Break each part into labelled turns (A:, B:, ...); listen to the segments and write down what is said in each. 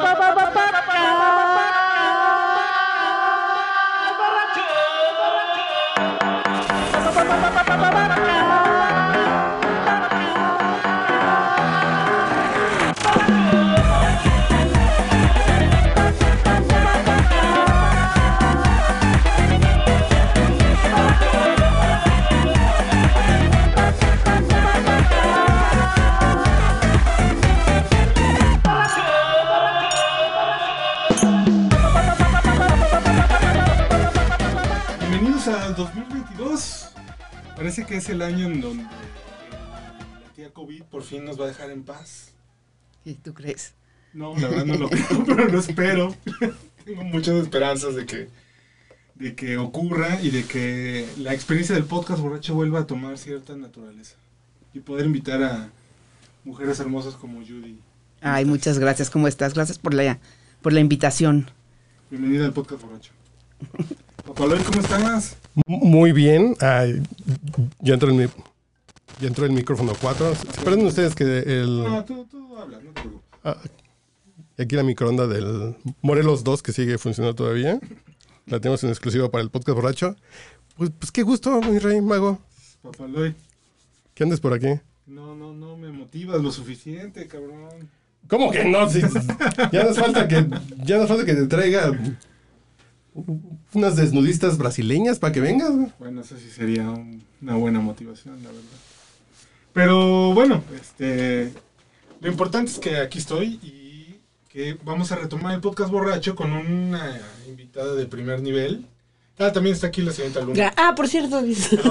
A: Al 2022. Parece que es el año en donde la tía COVID por fin nos va a dejar en paz.
B: ¿Y tú crees?
A: No, la verdad no lo creo, pero lo espero. Tengo muchas esperanzas de que ocurra y de que la experiencia del podcast borracho vuelva a tomar cierta naturaleza y poder invitar a mujeres hermosas como Judy.
B: Ay, muchas gracias. ¿Cómo estás? Gracias por la invitación.
A: Bienvenida al podcast borracho. Papaloy, ¿cómo estás?
C: Muy bien. Ya entró el micrófono 4. Esperen ustedes que el...
A: No, tú hablas, no te preocupes.
C: Aquí la microonda del Morelos 2 que sigue funcionando todavía. La tenemos en exclusiva para el podcast borracho. Pues qué gusto, mi rey mago.
A: Papaloy.
C: ¿Qué andes por aquí?
A: No me motivas lo suficiente, cabrón.
C: ¿Cómo que no? Sí, ya nos falta que te traiga unas desnudistas brasileñas para que vengas.
A: Bueno, eso sí sería una buena motivación, la verdad. Pero bueno, lo importante es que aquí estoy y que vamos a retomar el podcast borracho con una invitada de primer nivel. También está aquí la señorita Luna.
D: Por cierto.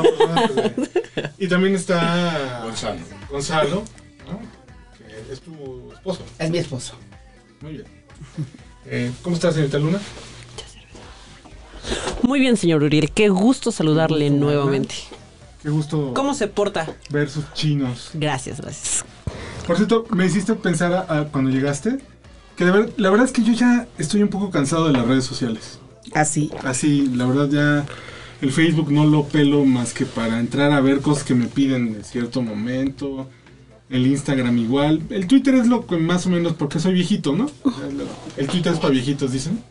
A: Y también está Gonzalo, ¿no? Que es tu esposo.
B: Es mi esposo.
A: Muy bien. ¿Cómo estás, señorita Luna?
D: Muy bien, señor Uriel. Qué gusto saludarle nuevamente.
A: Qué gusto.
D: ¿Cómo se porta?
A: Ver sus chinos.
D: Gracias.
A: Por cierto, me hiciste pensar cuando llegaste que la verdad es que yo ya estoy un poco cansado de las redes sociales.
B: Así,
A: la verdad ya el Facebook no lo pelo más que para entrar a ver cosas que me piden en cierto momento. El Instagram igual. El Twitter es lo que más o menos, porque soy viejito, ¿no? El Twitter es para viejitos, dicen.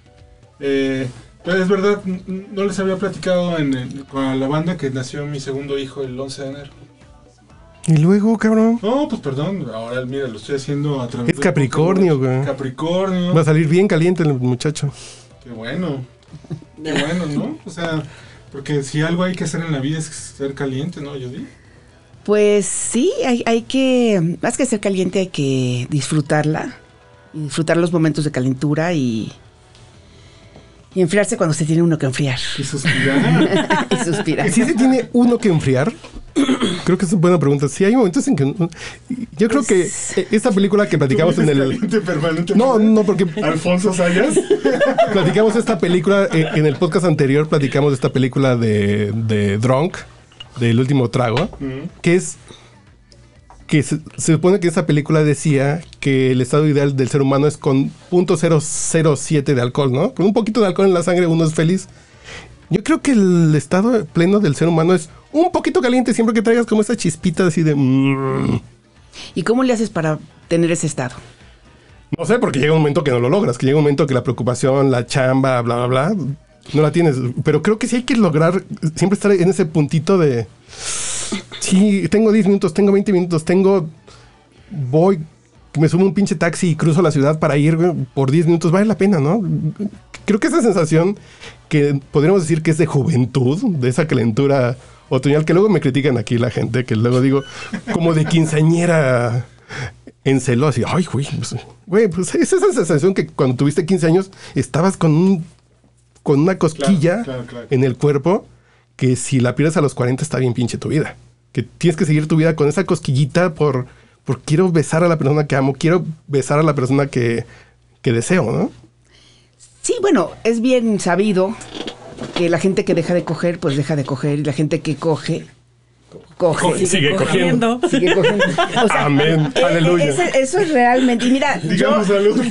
A: Pero es verdad, no les había platicado con la banda que nació mi segundo hijo el 11 de enero.
C: ¿Y luego, cabrón?
A: No, pues perdón, ahora mira, lo estoy haciendo a través
C: Es Capricornio, güey.
A: Capricornio.
C: Va a salir bien caliente el muchacho.
A: Qué bueno, ¿no? O sea, porque si algo hay que hacer en la vida es ser caliente, ¿no, Judy?
B: pues sí, hay que, más que ser caliente, hay que disfrutarla. Y disfrutar los momentos de calentura y enfriarse cuando se tiene uno que enfriar.
A: Y suspirar.
B: Y suspirar.
C: ¿Y si se tiene uno que enfriar? Creo que es una buena pregunta. Sí, hay momentos en que... Yo creo que esta película que platicamos en el... No, porque...
A: Alfonso Sayas.
C: Platicamos esta película, en el podcast anterior platicamos de esta película de Drunk, del último trago, que es... que se supone que esa película decía que el estado ideal del ser humano es con 0.007 de alcohol, ¿no? Con un poquito de alcohol en la sangre uno es feliz. Yo creo que el estado pleno del ser humano es un poquito caliente siempre que traigas como esa chispita así de...
B: ¿Y cómo le haces para tener ese estado?
C: No sé, porque llega un momento que no lo logras, que llega un momento que la preocupación, la chamba, bla, bla, bla, no la tienes. Pero creo que sí hay que lograr siempre estar en ese puntito de... Sí, tengo 10 minutos, tengo 20 minutos, voy, me subo un pinche taxi y cruzo la ciudad para ir por 10 minutos, vale la pena, ¿no? Creo que esa sensación que podríamos decir que es de juventud, de esa calentura otoñal, que luego me critican aquí la gente, que luego digo, como de quinceañera en celo, así, ay, güey, pues es esa sensación que cuando tuviste 15 años estabas con una cosquilla
A: claro.
C: en el cuerpo, que si la pierdes a los 40 está bien pinche tu vida. Que tienes que seguir tu vida con esa cosquillita por quiero besar a la persona que amo, quiero besar a la persona que deseo, ¿no?
B: Sí, bueno, es bien sabido que la gente que deja de coger, pues deja de coger, y la gente que coge
C: y sigue cogiendo.
B: Sigue cogiendo. O sea,
C: amén, aleluya.
B: Eso es realmente, y mira,
A: Digamos salud.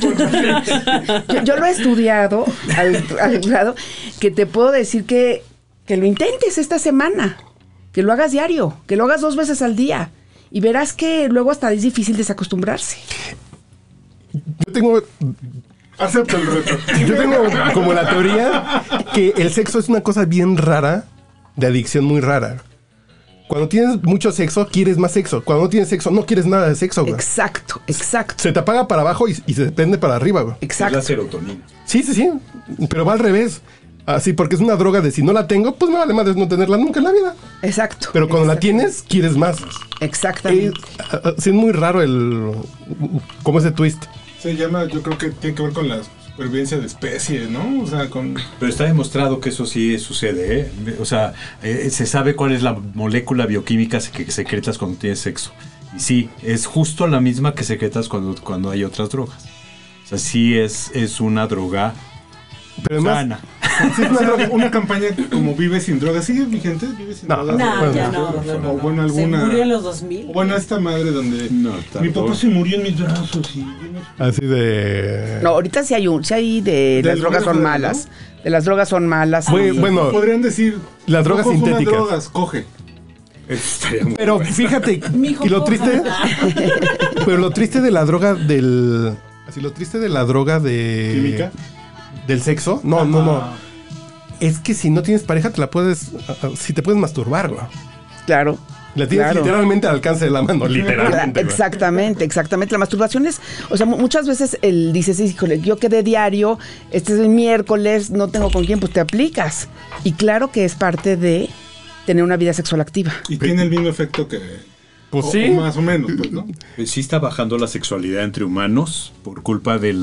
B: yo lo he estudiado al grado que te puedo decir que lo intentes esta semana, que lo hagas diario, que lo hagas 2 veces al día y verás que luego hasta es difícil desacostumbrarse.
C: Yo tengo
A: Acepto el reto.
C: Yo tengo como la teoría que el sexo es una cosa bien rara, de adicción muy rara. Cuando tienes mucho sexo, quieres más sexo. Cuando no tienes sexo, no quieres nada de sexo, güey.
B: Exacto.
C: Se te apaga para abajo y se prende para arriba, güey.
E: Es la
B: Exacto.
E: serotonina.
C: Sí. Pero va al revés. Así, porque es una droga de si no la tengo, pues me vale madres no tenerla nunca en la vida.
B: Exacto.
C: Pero cuando la tienes, quieres más.
B: Exactamente.
C: Sí, es muy raro como ese twist.
A: Se llama, yo creo que tiene que ver con la supervivencia de especie, ¿no? O sea, con...
E: Pero está demostrado que eso sí sucede, ¿eh? O sea, se sabe cuál es la molécula bioquímica que secretas cuando tienes sexo. Y sí, es justo la misma que secretas cuando hay otras drogas. O sea, sí es una droga
C: Pero además,
E: sana.
A: Sí, es una campaña como Vive sin drogas. ¿Sigue vigente? Vive sin
C: No.
A: drogas.
D: No,
C: Bueno,
D: ya no.
A: O bueno, alguna...
D: Se murió en los 2000.
A: O bueno, esta madre donde...
E: No,
A: mi papá se murió en mis brazos y...
C: así de...
B: No, ahorita sí hay de las drogas son
A: alguna
B: malas. De las drogas son malas.
C: Bueno,
A: Podrían decir...
C: Las drogas
A: no consumas
C: sintéticas.
A: drogas, coge.
E: Estaría muy
C: pero
E: bueno.
C: fíjate,
D: Mijo,
C: y lo
D: coja.
C: triste... Pero lo triste de la droga del... Así, lo triste de la droga de...
A: ¿Química?
C: Del sexo. No. Es que si no tienes pareja, si te puedes masturbar, güey.
B: Claro.
C: La tienes
B: Claro.
C: literalmente al alcance de la mano, literalmente. güey.
B: Exactamente. La masturbación es, o sea, muchas veces dices, híjole, yo quedé diario, este es el miércoles, no tengo con quién, pues te aplicas. Y claro que es parte de tener una vida sexual activa.
A: Y tiene el mismo efecto que...
C: Pues
A: o
C: sí.
A: más o menos, pues, ¿no?
E: Sí está bajando la sexualidad entre humanos por culpa del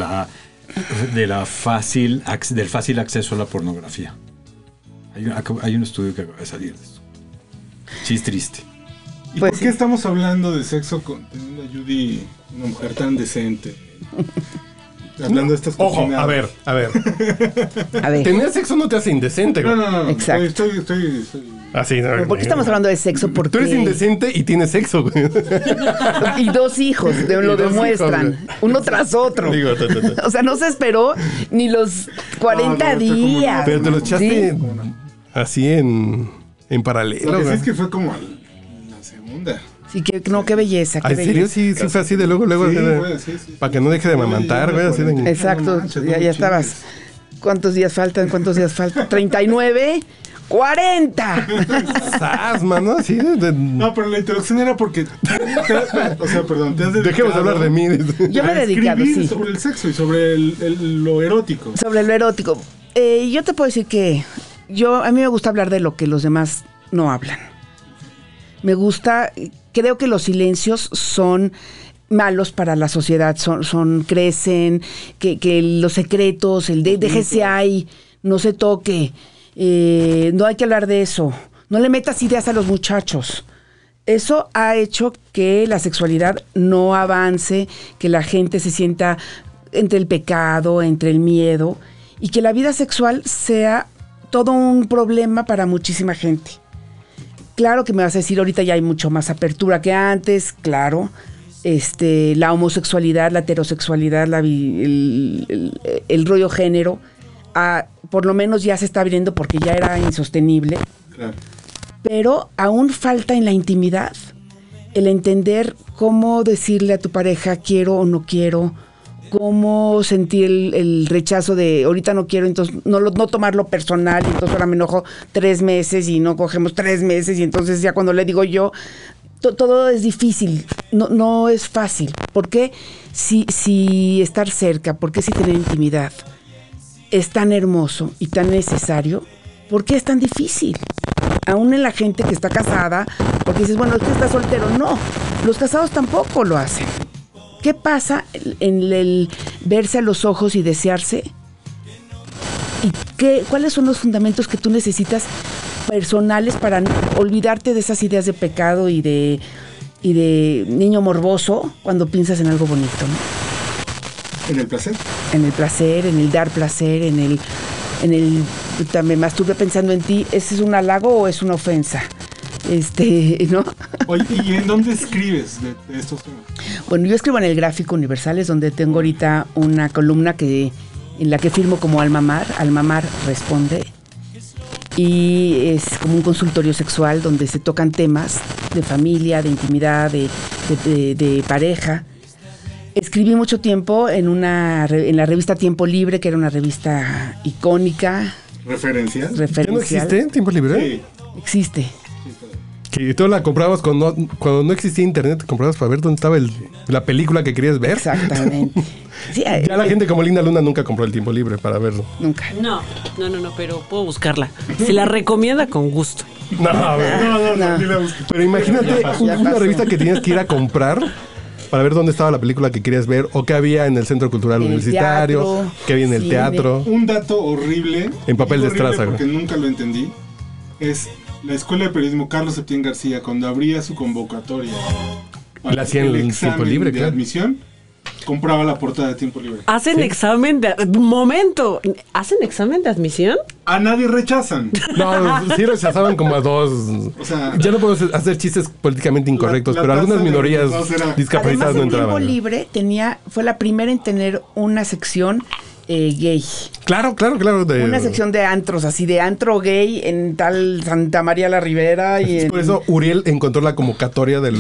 E: fácil acceso a la pornografía. Hay un estudio que acaba de salir de eso. Sí, es triste.
A: ¿Y
B: Pues
A: por
B: sí.
A: qué estamos hablando de sexo teniendo a Judy, una mujer tan decente? Hablando de estas
C: Ojo,
A: cochinadas.
C: a ver.
B: A ver,
C: Tener sexo no te hace indecente, güey.
A: No.
B: Exacto.
A: Estoy...
C: Así, no,
B: ¿por qué estamos hablando de sexo? Porque
C: Tú eres indecente y tienes sexo, güey.
B: y dos hijos lo
C: Y dos
B: demuestran,
C: hijos, güey.
B: uno tras otro.
C: Digo,
B: O sea, no se esperó ni los 40
A: No, no,
B: días.
C: Pero te lo echaste
B: Sí.
C: así en paralelo,
A: Lo que sí
C: güey.
A: es que fue como la segunda.
B: Sí, qué belleza, qué
C: ¿En serio?
B: belleza.
C: Sí fue así de luego,
A: Sí,
C: así de-
A: güey, sí.
C: para que no deje de amamantar, güey, así de...
B: Exacto,
A: No manches,
B: ya
A: no
B: estabas. ¿Cuántos días faltan? ¿39? ¡40!
C: ¡Sas, mano! Así de...
A: No, pero la introducción era porque... o sea, perdón, te has dedicado
C: Dejemos de hablar de mí.
B: Yo me he
A: a
B: dedicado,
A: escribir
B: sí.
A: sobre el sexo y sobre lo erótico.
B: Sobre lo erótico. Yo te puedo decir que a mí me gusta hablar de lo que los demás no hablan. Me gusta, creo que los silencios son malos para la sociedad, crecen, que los secretos, déjese ahí, no se toque, no hay que hablar de eso, no le metas ideas a los muchachos. Eso ha hecho que la sexualidad no avance, que la gente se sienta entre el pecado, entre el miedo, y que la vida sexual sea todo un problema para muchísima gente. Claro que me vas a decir, ahorita ya hay mucho más apertura que antes, claro. La homosexualidad, la heterosexualidad, el rollo género, por lo menos ya se está abriendo porque ya era insostenible.
A: Claro.
B: Pero aún falta en la intimidad el entender cómo decirle a tu pareja quiero o no quiero, cómo sentir el rechazo de ahorita no quiero, entonces no tomarlo personal, y entonces ahora me enojo 3 meses y no cogemos 3 meses y entonces ya cuando le digo yo, todo es difícil, no es fácil. ¿Por qué si estar cerca, por qué si tener intimidad es tan hermoso y tan necesario? ¿Por qué es tan difícil? Aún en la gente que está casada, porque dices, bueno, es que está soltero. No, los casados tampoco lo hacen. ¿Qué pasa en el verse a los ojos y desearse? ¿Y cuáles son los fundamentos que tú necesitas personales para olvidarte de esas ideas de pecado y de niño morboso cuando piensas en algo bonito, ¿no?
A: En el placer.
B: En el placer, en el dar placer, en el me masturbé pensando en ti, ¿ese es un halago o es una ofensa? ¿No?
A: Oye, ¿y en dónde escribes de estos temas?
B: Bueno, yo escribo en el Gráfico Universal, es donde tengo ahorita una columna en la que firmo como Alma Mar responde, y es como un consultorio sexual donde se tocan temas de familia, de intimidad, de pareja. Escribí mucho tiempo en la revista Tiempo Libre, que era una revista icónica,
A: Referencias.
C: ¿Ya no
B: referencial.
C: existe Tiempo Libre?
A: Sí.
B: Existe.
C: Que tú la comprabas cuando no existía internet, comprabas para ver dónde estaba la película que querías ver.
B: Exactamente. Sí,
C: Ya la gente como Linda Luna nunca compró el Tiempo Libre para verlo.
B: nunca.
D: No, pero puedo buscarla. Si la recomienda, con gusto.
C: No, a ver.
B: No.
A: Ni la busqué.
C: Pero imagínate
B: Ya
C: una
B: pasó.
C: revista que tenías que ir a comprar para ver dónde estaba la película que querías ver o qué había en el Centro Cultural
B: En el
C: Universitario,
B: teatro,
C: qué había en el
B: cine.
C: teatro.
A: Un dato horrible.
C: En papel de
A: horrible
C: estraza,
A: porque nunca lo entendí. Es la Escuela de Periodismo Carlos Septién García, cuando abría su convocatoria
C: La hacían
A: el
C: en
A: examen
C: Tiempo Libre,
A: de
C: claro.
A: admisión, compraba la portada de Tiempo Libre.
D: Hacen examen de... Momento. ¿Hacen examen de admisión?
A: A nadie rechazan.
C: No, sí rechazaban como a dos.
A: O sea,
C: Ya no podemos hacer chistes políticamente incorrectos,
A: la
C: pero algunas
A: tasa de
C: minorías
A: rechazo era-
C: discapacitadas
B: Además,
C: no
B: en Tiempo
C: entraban.
B: Libre fue la primera en tener una sección gay.
C: Claro.
B: Una sección de antros, así de antro gay en tal Santa María la Ribera. Y
C: Por eso Uriel encontró la convocatoria del.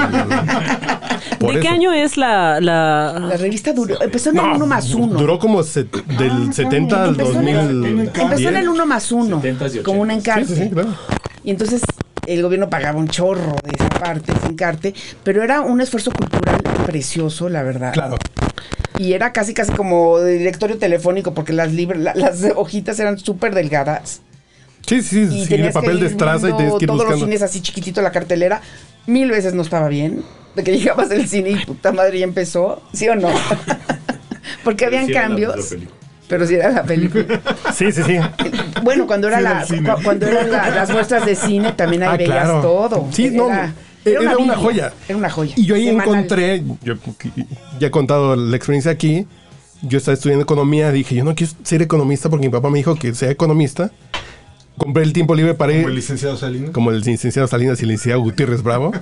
C: Por
D: ¿De qué
C: eso.
D: año es
B: La
D: la...
B: revista empezó en el 1 más 1.
C: Duró como del 70 al
B: Empezó en el
C: 2010.
B: Empezó en el 1 más 1,
E: 70s y
B: como un
E: 80s.
B: encarte.
C: Sí, claro.
B: Y entonces el gobierno pagaba un chorro de esa parte, ese encarte, pero era un esfuerzo cultural precioso, la verdad.
C: Claro.
B: Y era casi como directorio telefónico, porque las hojitas eran súper delgadas.
C: Sí,
B: Y
C: sí, de
B: tenías
C: papel
B: que
C: de
B: ir
C: estraza y
B: viendo
C: tenías que ir
B: todos los
C: buscando.
B: cines así chiquitito la cartelera. 1000 veces no estaba bien. De que llegabas del cine y puta madre ya empezó. ¿Sí o no? Porque habían cambios. Pero sí era la película.
C: Sí.
B: Bueno, cuando
A: Sí, era
B: era
A: el cine.
B: cuando eran las muestras de cine también ahí veías
C: claro.
B: todo.
C: Sí, no, era una
B: Biblia,
C: joya.
B: Era una joya.
C: Y yo ahí
B: Semanal.
C: encontré, yo ya he contado la experiencia aquí, yo estaba estudiando economía, dije, yo no quiero ser economista porque mi papá me dijo que sea economista. Compré el Tiempo Libre para ir,
A: Como el licenciado Salinas.
C: como el licenciado Salinas y el licenciado Gutiérrez Bravo,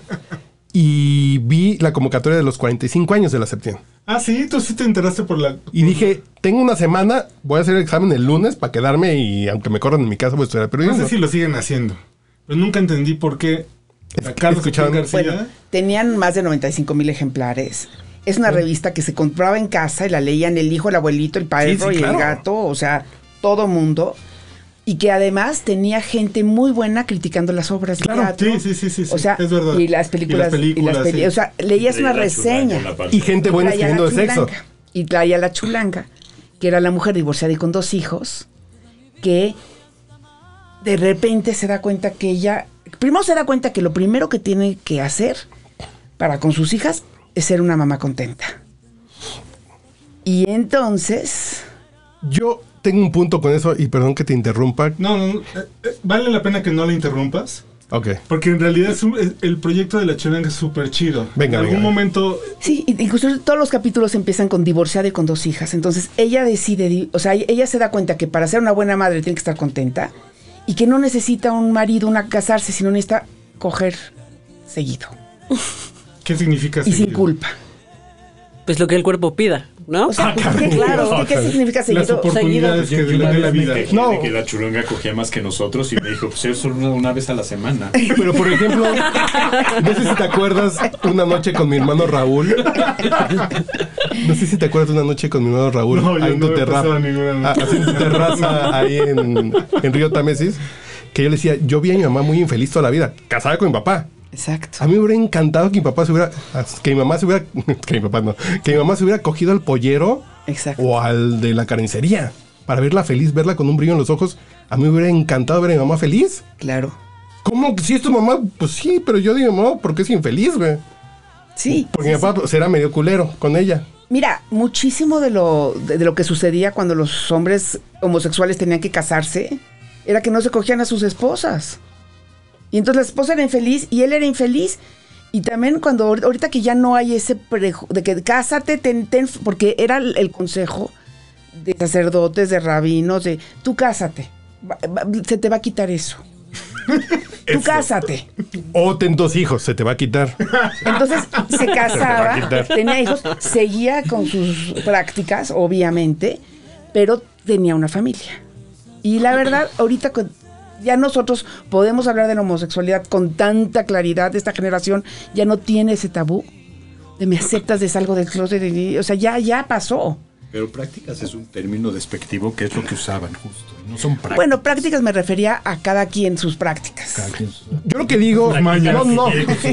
C: y vi la convocatoria de los 45 años de la Septién.
A: Ah, sí, tú sí te enteraste por la...
C: Y dije, tengo una semana, voy a hacer el examen el lunes para quedarme y aunque me corran en mi casa voy a estudiar
A: No
C: periodismo.
A: sé si lo siguen haciendo. Pero nunca entendí por qué a Carlos
C: Escuchaban-
A: Septién García...
B: Bueno, tenían más de 95,000 ejemplares. Es una revista que se compraba en casa y la leían el hijo, el abuelito, el perro
C: Sí,
B: y
C: claro.
B: el gato, o sea, todo mundo. Y que además tenía gente muy buena criticando las obras
A: Claro,
B: de teatro.
A: sí,
B: O sea,
A: es verdad.
B: y las películas.
A: sí.
B: O sea, leías una reseña.
C: Y gente buena
B: Traía
C: escribiendo
B: la
C: de sexo.
B: chulanga. Y traía la chulanga, que era la mujer divorciada y con 2 hijos, que de repente se da cuenta que ella... Primero se da cuenta que lo primero que tiene que hacer para con sus hijas es ser una mamá contenta. Y entonces...
C: Yo tengo un punto con eso y perdón que te interrumpa.
A: No, vale la pena que no la interrumpas.
C: Ok.
A: Porque en realidad el proyecto de la chulanga es súper chido.
C: Venga,
A: en algún
C: venga.
A: momento...
B: Sí, incluso todos los capítulos empiezan con divorciada y con 2 hijas. Entonces ella decide, o sea, ella se da cuenta que para ser una buena madre tiene que estar contenta y que no necesita un marido, casarse, sino necesita coger seguido
A: ¿Qué significa
B: y sin
A: seguido?
B: culpa.
D: Pues lo que el cuerpo pida, ¿no?
B: O sea,
C: caray.
B: claro, ¿qué significa
A: Las
B: seguido?
A: oportunidades que
E: Yo
A: de
E: una
A: la
E: vez me
A: vida.
E: quejé
C: No.
E: de que la chulanga cogía más que nosotros y me dijo, pues eso una vez a la semana.
C: Pero por ejemplo, no sé si te acuerdas una noche con mi hermano Raúl. No sé si te acuerdas de una noche con mi hermano Raúl.
A: No, yo
C: ahí en
A: no
C: tu
A: he pasado ninguna noche.
C: así en tu terraza ahí en Río Támesis. Que yo le decía, yo vi a mi mamá muy infeliz toda la vida, casada con mi papá.
B: Exacto.
C: A mí me hubiera encantado que mi papá se hubiera, que mi mamá se hubiera, que mi papá no, que mi mamá se hubiera cogido al pollero
B: Exacto.
C: o al de la carnicería para verla feliz, verla con un brillo en los ojos. A mí me hubiera encantado ver a mi mamá feliz.
B: Claro.
C: ¿Cómo? Si es tu mamá, pues sí, pero yo digo, mamá, ¿por qué es infeliz, güey?
B: Sí.
C: Porque mi papá pues, era medio culero con ella.
B: Mira, muchísimo de lo que sucedía cuando los hombres homosexuales tenían que casarse era que no se cogían a sus esposas. Y entonces la esposa era infeliz y él era infeliz. Y también cuando ahorita que ya no hay ese de que cásate, porque era el consejo de sacerdotes, de rabinos, de tú cásate, se te va a quitar eso. Tú cásate.
C: O ten 2 hijos, se te va a quitar.
B: Entonces se
C: va a
B: casaba,
C: quitar.
B: tenía hijos, seguía con sus prácticas, obviamente, pero tenía una familia. Y la verdad, ahorita ya nosotros podemos hablar de la homosexualidad con tanta claridad. Esta generación ya no tiene ese tabú. de me aceptas, de salgo del closet, o sea, ya pasó.
E: Pero prácticas es un término despectivo que es lo que usaban justo. No son prácticas.
B: Bueno, prácticas me refería a cada quien sus prácticas.
E: Cada quien sus-
C: Yo lo que digo...
A: mañas.
C: No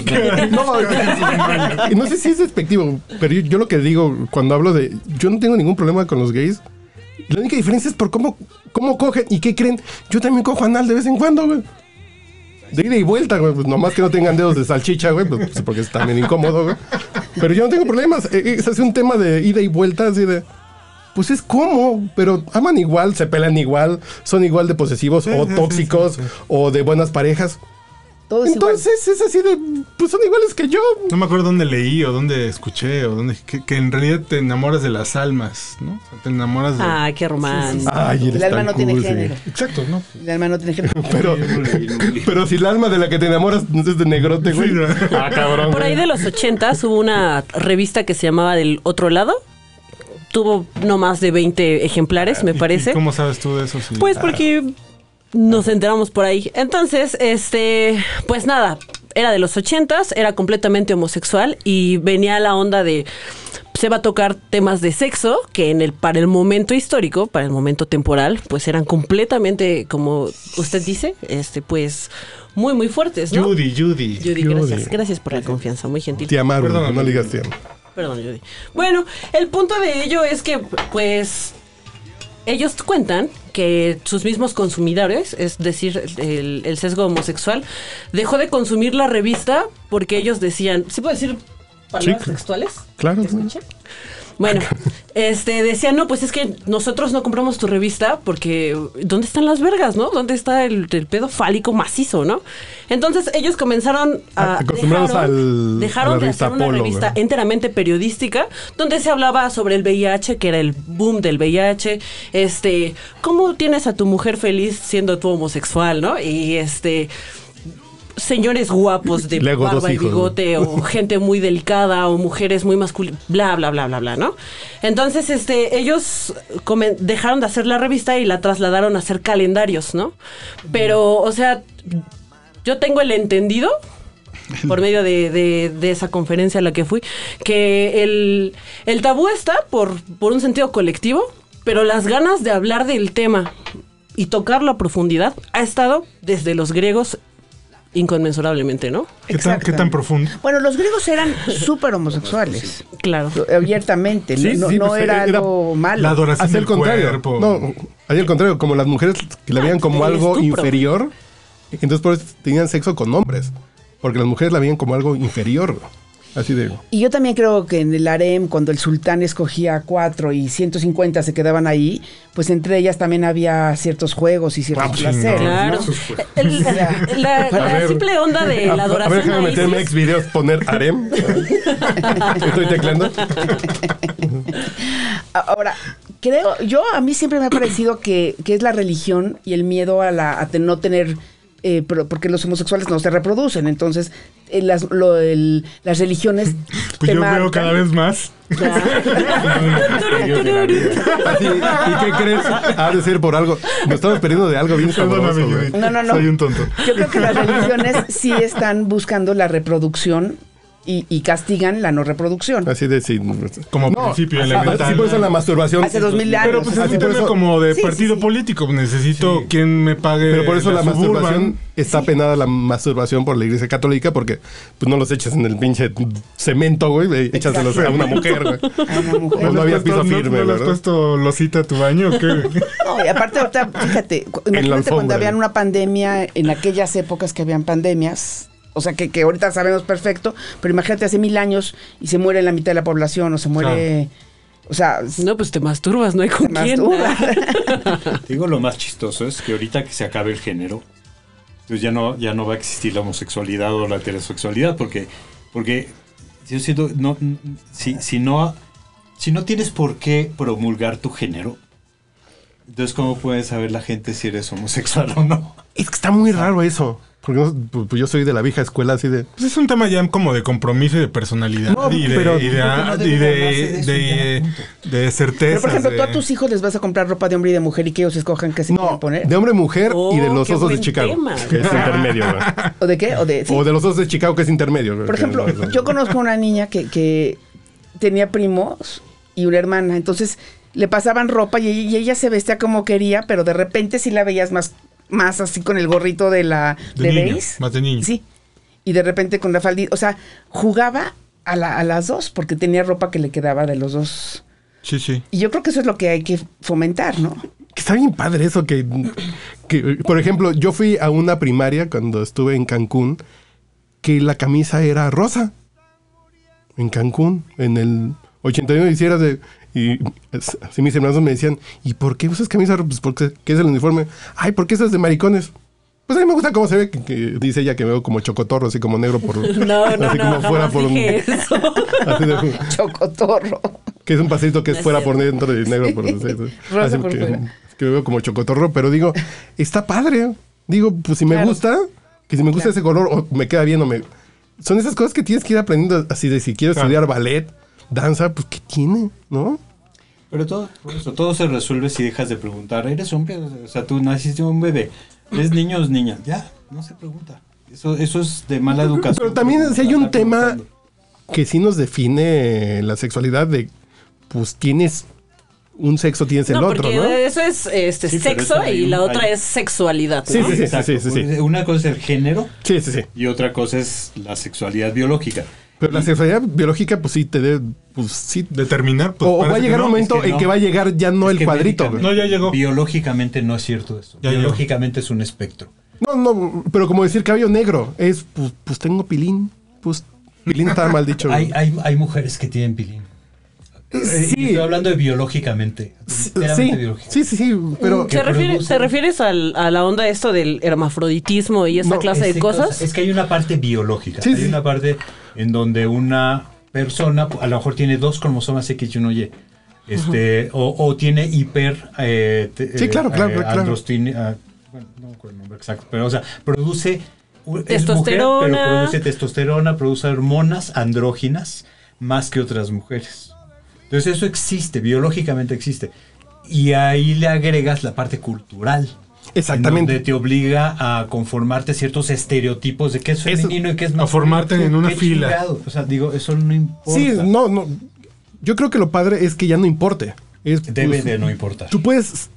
C: sé si es despectivo, pero yo lo que digo cuando hablo de... Yo no tengo ningún problema con los gays. La única diferencia es por cómo cogen y qué creen. Yo también cojo anal de vez en cuando, güey. De ida y vuelta, güey. Pues nomás que no tengan dedos de salchicha, güey. Pues porque es también incómodo, güey. Pero yo no tengo problemas. Es así un tema de ida y vuelta, así de... Pues es como, pero aman igual, se pelan igual, son igual de posesivos o tóxicos o de buenas parejas.
B: Todo es
C: Entonces es así de, pues son iguales que yo.
A: No me acuerdo dónde leí o dónde escuché o dónde que en realidad te enamoras de las almas, ¿no? O sea, te enamoras de...
D: Ay, qué romántico.
C: Ay,
B: El alma no tiene género.
A: Exacto, ¿no?
B: El alma no tiene género.
C: Pero si el alma de la que te enamoras no es de negrote, güey.
A: Sí, ¿no?
C: Ah, cabrón.
D: Por ahí de los 80s hubo una revista que se llamaba Del Otro Lado. Tuvo no más de 20 ejemplares, me parece.
A: ¿Y cómo sabes tú de eso? Sí.
D: Pues porque nos enteramos por ahí. Entonces, pues nada, era de los 80s, era completamente homosexual y venía la onda de se va a tocar temas de sexo que para el momento histórico, para el momento temporal, pues eran completamente, como usted dice, pues muy muy fuertes, ¿no?
A: Judy.
D: Judy, gracias por la confianza, muy gentil.
C: Te amaron,
A: Perdón,
C: no le digas te amo.
D: Perdón, Judy. Bueno, el punto de ello es que, pues, ellos cuentan que sus mismos consumidores, es decir, el sesgo homosexual, dejó de consumir la revista porque ellos decían, ¿sí puedo decir palabras
C: Sí,
D: textuales?
C: claro,
D: ¿Te escuché? Bueno, decían, no, pues es que nosotros no compramos tu revista porque ¿dónde están las vergas, no? ¿Dónde está el pedo fálico macizo, no? Entonces ellos comenzaron a...
C: Acostumbrados a la
D: dejaron de
C: revista
D: hacer una
C: Polo,
D: revista
C: güey.
D: enteramente periodística donde se hablaba sobre el VIH, que era el boom del VIH, ¿cómo tienes a tu mujer feliz siendo tú homosexual, no? Y señores guapos de
C: Luego
D: barba
C: dos
D: y
C: hijos,
D: bigote o gente muy delicada o mujeres muy masculinas, bla, bla, bla, bla, bla, ¿no? Entonces, ellos dejaron de hacer la revista y la trasladaron a hacer calendarios, ¿no? Pero, o sea, yo tengo el entendido, por medio de esa conferencia a la que fui, que el tabú está por un sentido colectivo, pero las ganas de hablar del tema y tocarlo a profundidad ha estado desde los griegos inconmensurablemente, ¿no?
A: ¿Qué tan profundo?
B: Bueno, los griegos eran súper homosexuales,
D: Claro.
B: abiertamente,
C: Sí,
B: no,
C: sí,
B: no
C: pues,
B: era
C: era
B: algo malo.
A: La adoración
C: Hacia el
A: del
C: contrario.
A: cuerpo.
C: No, hacia el contrario, como las mujeres que la veían como
D: el
C: algo
D: estupro.
C: inferior, entonces por eso tenían sexo con hombres. Porque las mujeres la veían como algo inferior. Así de...
B: Y yo también creo que en el harem, cuando el sultán escogía 4 y 150 se quedaban ahí, pues entre ellas también había ciertos juegos y ciertos placeres,
D: Claro.
B: ¿no?
D: La
C: ver.
D: simple onda de la
C: A ver,
D: adoración
C: déjame
D: a
C: meterme a
D: Isis.
C: Xvideos, poner harem. Estoy tecleando.
B: Ahora, a mí siempre me ha parecido que es la religión y el miedo a no tener, porque los homosexuales no se reproducen, entonces las religiones
A: Pues
B: te
A: yo veo
B: marcan.
A: cada vez más.
C: Así, ¿y qué crees? Ha de ser por algo. Nos estamos perdiendo de algo bien
A: Perdóname,
C: sabroso,
A: Judy.
C: güey.
B: No.
A: Soy un tonto.
B: Yo creo que las religiones sí están buscando la reproducción y castigan la no reproducción.
C: Así de sí.
A: Como principio elemental.
C: Así por eso la masturbación.
B: Hace 2000 años.
A: Pero pues es
C: Así
A: un
C: por
A: tema
C: eso-
A: como de
B: Sí,
A: partido
B: sí.
A: político. Necesito quien me pague.
C: Pero por eso la
A: Suburban.
C: masturbación está penada la masturbación por la iglesia católica porque pues no los echas en el pinche cemento, güey, échaselos a una mujer, güey.
B: A una mujer.
C: No
A: le has
C: había piso
A: puesto-
C: firme,
A: ¿No le has
C: ¿verdad?
A: puesto losita a tu baño o qué?
B: No, y aparte ahorita, fíjate, imagínate
C: alfombra.
B: cuando habían una pandemia, en aquellas épocas que habían pandemias, o sea, que ahorita sabemos perfecto, pero imagínate hace 1000 años y se muere la mitad de la población, o se muere, o sea,
D: No, pues te masturbas, no hay con
B: se
D: quién.
B: masturba.
E: Digo, lo más chistoso es que ahorita que se acabe el género, pues ya no va a existir la homosexualidad o la heterosexualidad, porque yo siento, si no tienes por qué promulgar tu género, Entonces, ¿cómo puede saber la gente si eres homosexual o no?
C: Es que está muy raro eso. Porque pues yo soy de la vieja escuela así de...
A: Pues es un tema ya como de compromiso y de personalidad.
C: No,
A: y de,
C: pero-
A: y de,
E: no
A: y
E: debe
A: de,
E: hablarse de eso
A: de,
E: ya,
A: de certeza.
B: Pero, por ejemplo, tú a tus hijos les vas a comprar ropa de hombre y de mujer y que ellos escojan qué se
C: No,
B: quieren poner.
C: de hombre mujer y de
D: Oh,
C: los
D: qué
C: osos de
D: buen
C: Chicago.
D: tema.
C: Que es intermedio, güey.
B: ¿O de qué? ¿O de, sí?
C: O de los osos de Chicago, que es intermedio.
B: Por ejemplo, yo conozco a una niña que tenía primos y una hermana, entonces le pasaban ropa y ella se vestía como quería, pero de repente sí la veías más así con el gorrito de
A: niño,
B: beige.
A: más de niño.
B: Sí. Y de repente con la faldita, o sea, jugaba a las dos porque tenía ropa que le quedaba de los dos.
A: Sí, sí.
B: Y yo creo que eso es lo que hay que fomentar, ¿no?
C: Que está bien padre eso que, por ejemplo, yo fui a una primaria cuando estuve en Cancún, que la camisa era rosa. En Cancún, en el 81 hicieras de... Y así mis hermanos me decían, ¿y por qué usas camisa rosa? Pues porque ¿qué es el uniforme? Ay, ¿por qué eso es de maricones? Pues a mí me gusta cómo se ve, que dice ella que me veo como chocotorro, así como negro por...
D: No,
C: así como fuera
D: jamás
C: por un...
D: dije eso.
C: así de-
B: Chocotorro.
C: que es un pasito que es
D: No es
C: fuera
D: cierto.
C: por dentro y negro por
B: Rosa
C: así
B: por fuera.
C: que me veo como chocotorro, pero digo, está padre. Digo, pues si me
B: Claro.
C: gusta, que si me gusta
B: Claro.
C: ese color o me queda bien o me... Son esas cosas que tienes que ir aprendiendo así de si quieres
A: Claro.
C: estudiar ballet, danza, pues ¿qué tiene? ¿No?
E: Pero todo se resuelve si dejas de preguntar. ¿Eres hombre? O sea, tú naciste un bebé. ¿Es niño o es niña? Ya, no se pregunta. Eso es de mala educación.
C: Pero también si hay un
E: Estar
C: tema
E: preguntando.
C: que sí nos define la sexualidad de, pues tienes un sexo, tienes el
D: No,
C: otro,
D: porque
C: ¿no?
D: eso es
E: Sí, pero
D: sexo
E: hay
D: y
E: un-
D: la otra
E: hay-
D: es sexualidad,
C: Sí,
D: ¿no?
C: sí, sí.
E: Exacto. Una cosa es el género
C: Sí, sí, sí.
E: y otra cosa es la sexualidad biológica.
C: Pero la sexualidad biológica, pues sí, pues sí.
A: Determinar, pues.
C: O va a
A: parece que
C: llegar un
A: no.
C: momento
E: es que
C: en
E: no.
C: que va a llegar ya no
E: Es
C: el
E: que
C: cuadrito.
E: médicamente-
A: No, ya llegó.
E: Biológicamente no es cierto eso.
A: Ya llegó.
E: Biológicamente es un espectro.
C: No, pero como decir cabello negro, es, pues tengo pilín, pues pilín está mal dicho.
E: Hay mujeres que tienen pilín.
C: Sí.
E: Y estoy hablando de biológicamente. Enteramente biológico.
C: Sí, pero
E: que
D: ¿Te
E: produce-
D: refieres a la onda esto del hermafroditismo y esa
C: No,
D: clase de
E: Este
D: cosas?
E: cosa- es que hay una parte biológica.
C: Sí,
E: hay
C: sí.
E: una parte en donde una persona a lo mejor tiene dos cromosomas X y uno Y. O tiene hiper
C: Sí, claro.
E: bueno, no me acuerdo el nombre exacto, pero o sea, produce es mujer,
D: Testosterona.
E: pero produce testosterona, produce hormonas andróginas más que otras mujeres. Entonces eso existe, biológicamente existe. Y ahí le agregas la parte cultural.
C: Exactamente.
E: En donde te obliga a conformarte a ciertos estereotipos de qué es
C: Eso.
E: femenino y qué es
A: A
E: masculino.
A: formarte en una
E: Qué
A: fila.
E: chingado. O sea, digo, eso no importa.
C: sí, no. Yo creo que lo padre es que ya no importe.
E: Debe
C: Pues,
E: de no importar.
C: Tú puedes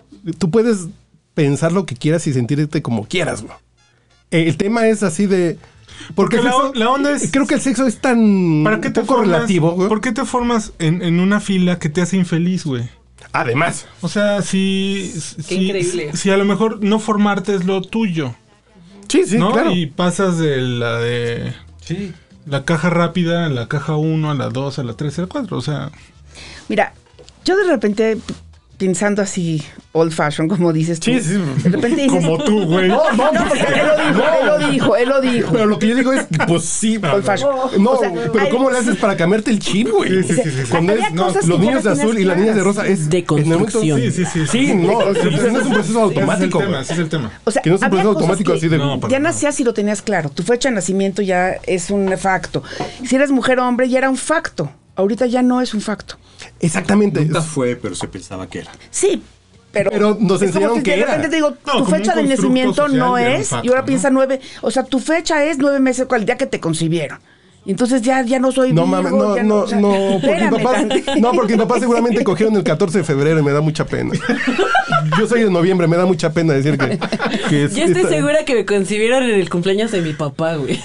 C: pensar lo que quieras y sentirte como quieras, güey. El tema es así de...
A: Porque
C: el sexo-
A: la onda es-
C: Creo que el sexo es tan
A: ¿Para qué te
C: poco
A: formas?
C: relativo, güey.
A: ¿Por qué te formas en una fila que te hace infeliz, güey?
C: Además.
A: O sea, si
D: increíble.
A: si a lo mejor no formarte es lo tuyo,
C: Sí,
A: ¿no?
C: claro.
A: Y pasas de
E: Sí.
A: la caja rápida a la caja 1, a la 2, a la 3, a la 4, o sea,
B: Mira, yo de repente, pensando así, old fashion, como dices tú.
C: Sí, sí.
B: De repente dices,
A: como tú, güey.
B: No, porque él lo dijo.
C: Pero lo que yo digo es, pues sí.
B: Old fashion.
C: No,
B: O sea,
C: pero
B: hay-
C: ¿cómo le haces para cambiarte el chip, güey?
A: Sí, sí, sí, sí.
C: Cuando
B: Había
C: es,
B: cosas
C: los
B: que ya
C: niños de
B: las
C: azul y
B: tenías
C: las niñas de
B: claras.
C: rosa es...
D: De construcción.
C: en el
A: Sí, sí, sí.
C: Sí, no, no es un proceso automático,
A: Ese es el tema,
C: güey.
A: ese es el tema.
B: O sea,
C: Que no es un
B: había
C: proceso
B: cosas
C: automático
B: que
C: así de...
A: No,
B: Ya nacías y lo tenías claro. Tu fecha de nacimiento ya es un facto. Si eres mujer o hombre, ya era un facto. Ahorita ya no es un facto.
C: Exactamente.
E: Nunca fue, pero se pensaba que era.
B: Sí, pero
C: nos
B: es
C: enseñaron
B: como si
C: que
B: de
C: era.
B: repente te digo,
A: No,
B: tu
A: como
B: fecha
A: un
B: de
A: constructo
B: nacimiento
A: social
B: no
A: de un
B: es,
A: facto,
B: y ahora
A: ¿no?
B: piensa 9, o sea, tu fecha es 9 meses el día que te concibieron. Y entonces ya no soy
C: No
B: Virgo,
C: mames,
B: ya
C: no,
B: o sea,
C: porque mis
B: espérame
C: papás,
B: tantito.
C: no, porque mis papás seguramente cogieron el 14 de febrero y me da mucha pena. Yo soy de noviembre, me da mucha pena decir que es,
D: Yo estoy
C: esta-
D: segura que me concibieron en el cumpleaños de mi papá, güey.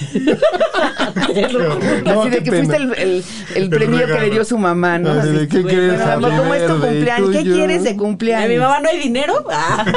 D: Te lo juro.
C: No,
B: Así de
C: qué
B: que
C: pena.
B: fuiste el premio que
A: regalo.
B: le dio su mamá, ¿no?
C: Así de,
B: Así,
C: ¿qué
B: güey,
C: quieres,
B: bueno, amor,
C: Happy
B: ¿cómo es tu
C: birthday
B: cumpleaños?
C: to
B: ¿Qué
C: you?
B: quieres de
D: ¿A mi
B: cumpleaños?
D: mamá no hay dinero? Ah.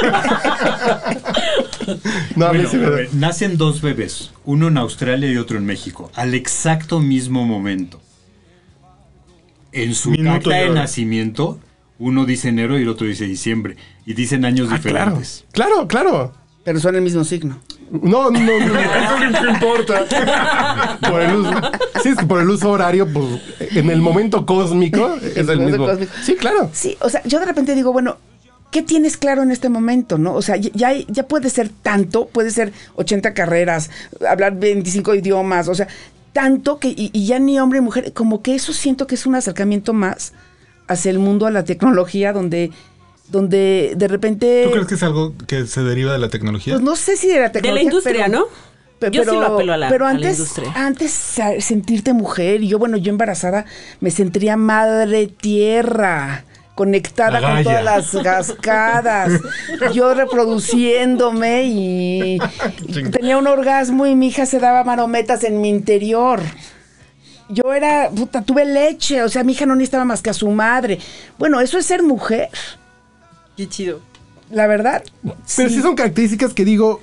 C: No, a mí
E: Bueno,
C: sí me
E: a
C: da-
E: ver, nacen dos bebés, uno en Australia y otro en México, al exacto mismo momento. En su
A: Minuto
E: acta
A: y
E: de
A: hora.
E: nacimiento, uno dice enero y el otro dice diciembre. Y dicen años
C: Ah, claro,
E: diferentes.
C: claro.
B: Pero son el mismo signo.
C: No, eso no importa. Por el uso, sí, es que por el uso horario, pues, en el momento cósmico es el
B: momento
C: mismo.
B: cósmico.
C: Sí, claro.
B: Sí, o sea, yo de repente digo, bueno, ¿qué tienes claro en este momento, no? O sea, ya puede ser tanto, puede ser 80 carreras, hablar 25 idiomas, o sea, tanto que y ya ni hombre ni mujer, como que eso siento que es un acercamiento más hacia el mundo, a la tecnología, donde de repente...
A: ¿Tú crees que es algo que se deriva de la tecnología?
B: Pues no sé si de la tecnología.
D: De la industria,
B: pero,
D: ¿no? Yo sí lo apelo a la
B: antes,
D: industria.
B: Antes sentirte mujer, y yo embarazada me sentiría madre tierra, conectada con todas las cascadas, yo reproduciéndome y tenía un orgasmo y mi hija se daba marometas en mi interior. Yo tuve leche, o sea, mi hija no necesitaba más que a su madre. Bueno, eso es ser mujer.
D: Qué chido.
B: La verdad.
C: Pero sí son características que digo,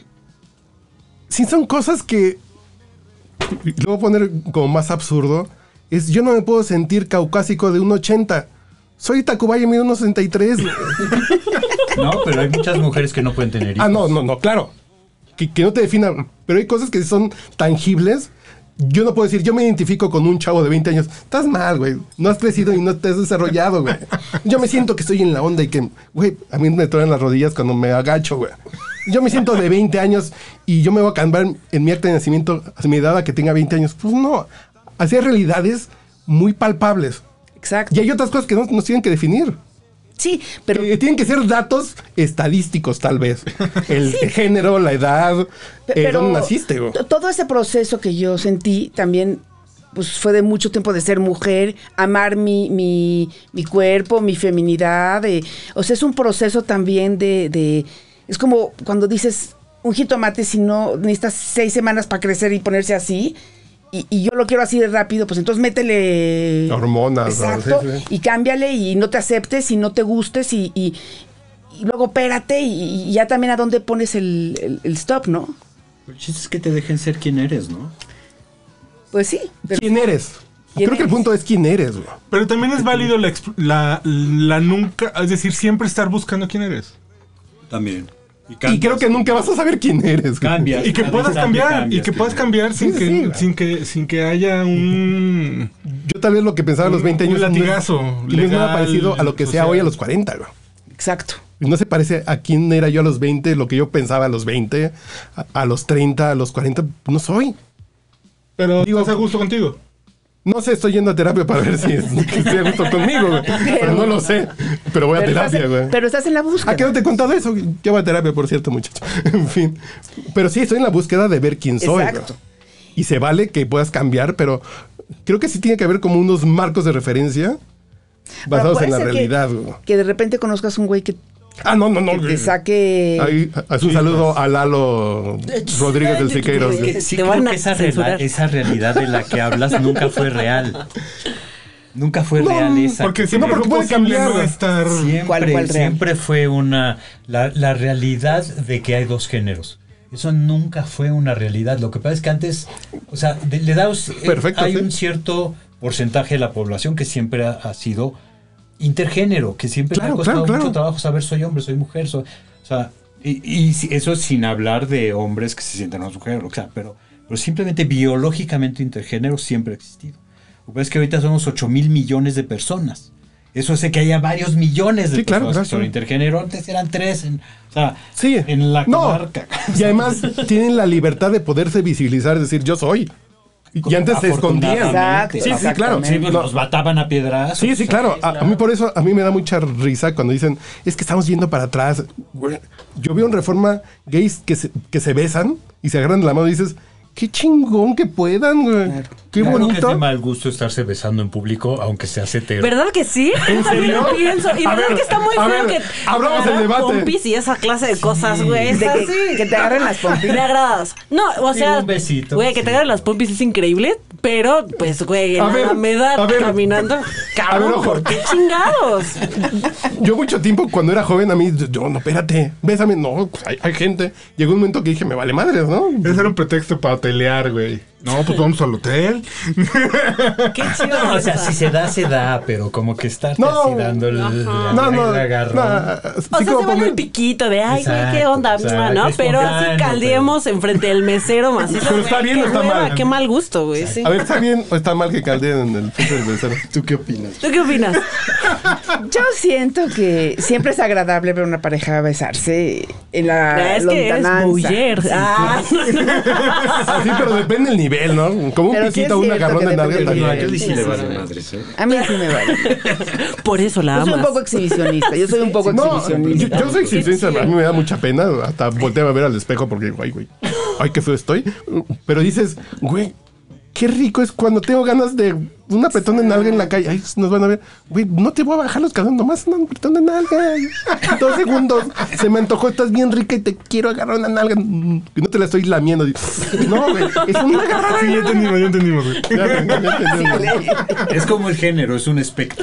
C: sí son cosas que, lo voy a poner como más absurdo, es yo no me puedo sentir caucásico de 1.80. Soy Tacubaya, mido 1.63.
E: No, pero hay muchas mujeres que no pueden tener hijos.
C: No, claro. Que no te definan. Pero hay cosas que son tangibles. Yo no puedo decir, yo me identifico con un chavo de 20 años. Estás mal, güey. No has crecido y no te has desarrollado, güey. Yo me siento que estoy en la onda y que, güey, a mí me truenan las rodillas cuando me agacho, güey. Yo me siento de 20 años y yo me voy a cambiar en mi acta de nacimiento a mi edad a que tenga 20 años. Pues no. Así hay realidades muy palpables.
B: Exacto.
C: Y hay otras cosas que nos tienen que definir.
B: Sí, pero...
C: tienen que ser datos estadísticos, tal vez. El género, la edad, dónde naciste. Güey.
B: Todo ese proceso que yo sentí también, pues fue de mucho tiempo de ser mujer, amar mi cuerpo, mi feminidad. O sea, es un proceso también de... Es como cuando dices, un jitomate, si no necesitas 6 semanas para crecer y ponerse así... Y yo lo quiero así de rápido, pues entonces métele...
C: hormonas.
B: Exacto.
C: ¿No? Sí.
B: Y cámbiale y no te aceptes y no te gustes y luego espérate y ya también a dónde pones el stop, ¿no?
E: El chiste es que te dejen ser quien eres, ¿no?
B: Pues sí. Pero
C: ¿Quién eres?
B: ¿Quién
C: Creo que el
B: eres?
C: punto es quién eres, güey.
A: Pero también es válido la nunca, es decir, siempre estar buscando quién eres.
E: También.
C: Y creo que nunca vas a saber quién eres. Güey.
E: Cambias.
A: Y que puedas cambiar, y que puedas cambiar sin que haya un...
C: Yo tal vez lo que pensaba a los 20 años...
A: Un latigazo
C: y no es nada
A: legal,
C: parecido a lo que sea
A: social.
C: hoy a los 40, güey.
B: Exacto.
C: Y no se parece a quién era yo a los 20, lo que yo pensaba a los 20, a los 30, a los 40. No soy.
A: Pero
C: Digo,
A: estás a gusto contigo.
C: No sé, estoy yendo a terapia para ver si estoy a gusto conmigo, güey. Pero no lo sé. Pero voy a terapia, güey.
B: Pero estás en la búsqueda.
C: ¿A qué no te he contado eso? Yo voy a terapia, por cierto, muchacho. En fin. Pero sí, estoy en la búsqueda de ver quién soy.
B: Exacto.
C: Güey. Y se vale que puedas cambiar, pero creo que sí tiene que haber como unos marcos de referencia basados
B: Ahora,
C: en la
B: puede ser
C: realidad, güey.
B: que de repente conozcas un güey que
C: No.
B: te saque...
C: Ahí, haz un saludo a Lalo Rodríguez del Siqueiros.
E: Es que sí
D: Te
E: creo
D: van a
E: que
D: censurar.
E: esa realidad de la que hablas nunca fue real. Nunca fue real esa.
A: Porque siempre
C: porque
A: fue
C: puede
A: posible
C: cambiar.
A: no estar...
B: ¿Cuál real?
E: Siempre fue la realidad de que hay dos géneros. Eso nunca fue una realidad. Lo que pasa es que antes, o sea,
C: Perfecto,
E: hay
C: sí.
E: un cierto porcentaje de la población que siempre ha sido intergénero, que siempre me ha costado mucho trabajo saber soy hombre, soy mujer, o sea, y eso sin hablar de hombres que se sienten más mujeres, o sea, pero simplemente biológicamente intergénero siempre ha existido. Lo que pasa es que ahorita somos 8,000 millones de personas. Eso hace que haya varios millones de personas que son intergénero. Antes eran 3 en la comarca.
C: Y además tienen la libertad de poderse visibilizar, es decir, yo soy. Y antes se escondían.
B: Exacto,
C: Sí, claro.
E: Sí, los mataban a piedras.
C: Sí, claro. A mí por eso, a mí me da mucha risa cuando dicen, es que estamos yendo para atrás. Yo veo en Reforma gays que se besan y se agarran de la mano y dices, qué chingón que puedan, güey.
B: Claro.
C: Qué
E: Claro
C: bonito.
E: que es de mal gusto estarse besando en público, aunque se hace hetero.
D: ¿Verdad que sí?
C: ¿En serio?
D: Yo pienso. Y
C: A
D: verdad
C: ver,
D: que está muy
C: a
D: feo
C: ver,
D: que
C: abramos el debate.
D: pompis y esa clase de cosas, güey.
B: De
D: Es
B: que-
D: así.
B: que te agarren las pompis.
D: Me agradas. No, o
E: Sí,
D: sea,
E: un besito,
D: güey, que
E: sí.
D: te agarren las pompis es increíble, pero pues, güey, en
C: A ver,
D: la Alameda
C: a ver.
D: caminando. Cabrón,
C: ojo.
D: ¿por qué chingados?
C: Yo mucho tiempo cuando era joven a mí, yo, no, espérate, bésame. No, pues, hay gente. Llegó un momento que dije, me vale madres, ¿no?
A: Ese era un pretexto para pelear, güey. No, pues vamos al hotel.
D: Qué chido.
E: No, o sea,
D: esa.
E: si se da, pero como que estar
C: No.
E: así dando el agarrón.
D: O sea, se vale el piquito de, ay, güey, qué onda,
E: Exacto,
D: ¿no?
E: es
D: Pero así
E: cumpleaños,
D: caldeemos enfrente del mesero macizo.
C: Pero está bien o está mal.
D: Qué mal gusto, güey, sí.
C: A ver, ¿está bien o está mal que caldeen en el frente del mesero?
E: ¿Tú qué opinas?
D: ¿Tú qué opinas?
B: Yo siento que siempre es agradable ver una pareja besarse en la
D: Es que eres
B: lontananza.
D: buller. Ah,
C: Así, pero depende del nivel, ¿no? Como un
B: Pero sí
C: piquito o
B: es
C: un
B: cierto
C: agarrón
B: que
C: de nalga
B: depende
C: está
B: del
C: bien.
B: nivel.
E: Sí le vale madres, ¿eh?
B: A mí sí me vale.
D: por eso la
B: Yo soy
D: amas.
B: un poco exhibicionista. Yo soy un poco
C: No,
B: exhibicionista.
C: yo soy exhibicionista, a mí me da mucha pena, hasta volteo a ver al espejo porque digo, ay, qué feo estoy. Pero dices, güey, qué rico es cuando tengo ganas de un apretón de nalga en la calle. Ay, nos van a ver, güey, no te voy a bajar los calzones, nomás un apretón de nalga. 2 segundos, se me antojó, estás bien rica y te quiero agarrar una nalga. Y no te la estoy lamiendo. No, güey, es una agarrada.
A: Sí, ya entendimos, güey.
C: Ya entendí.
E: Es como el género, es un espectro.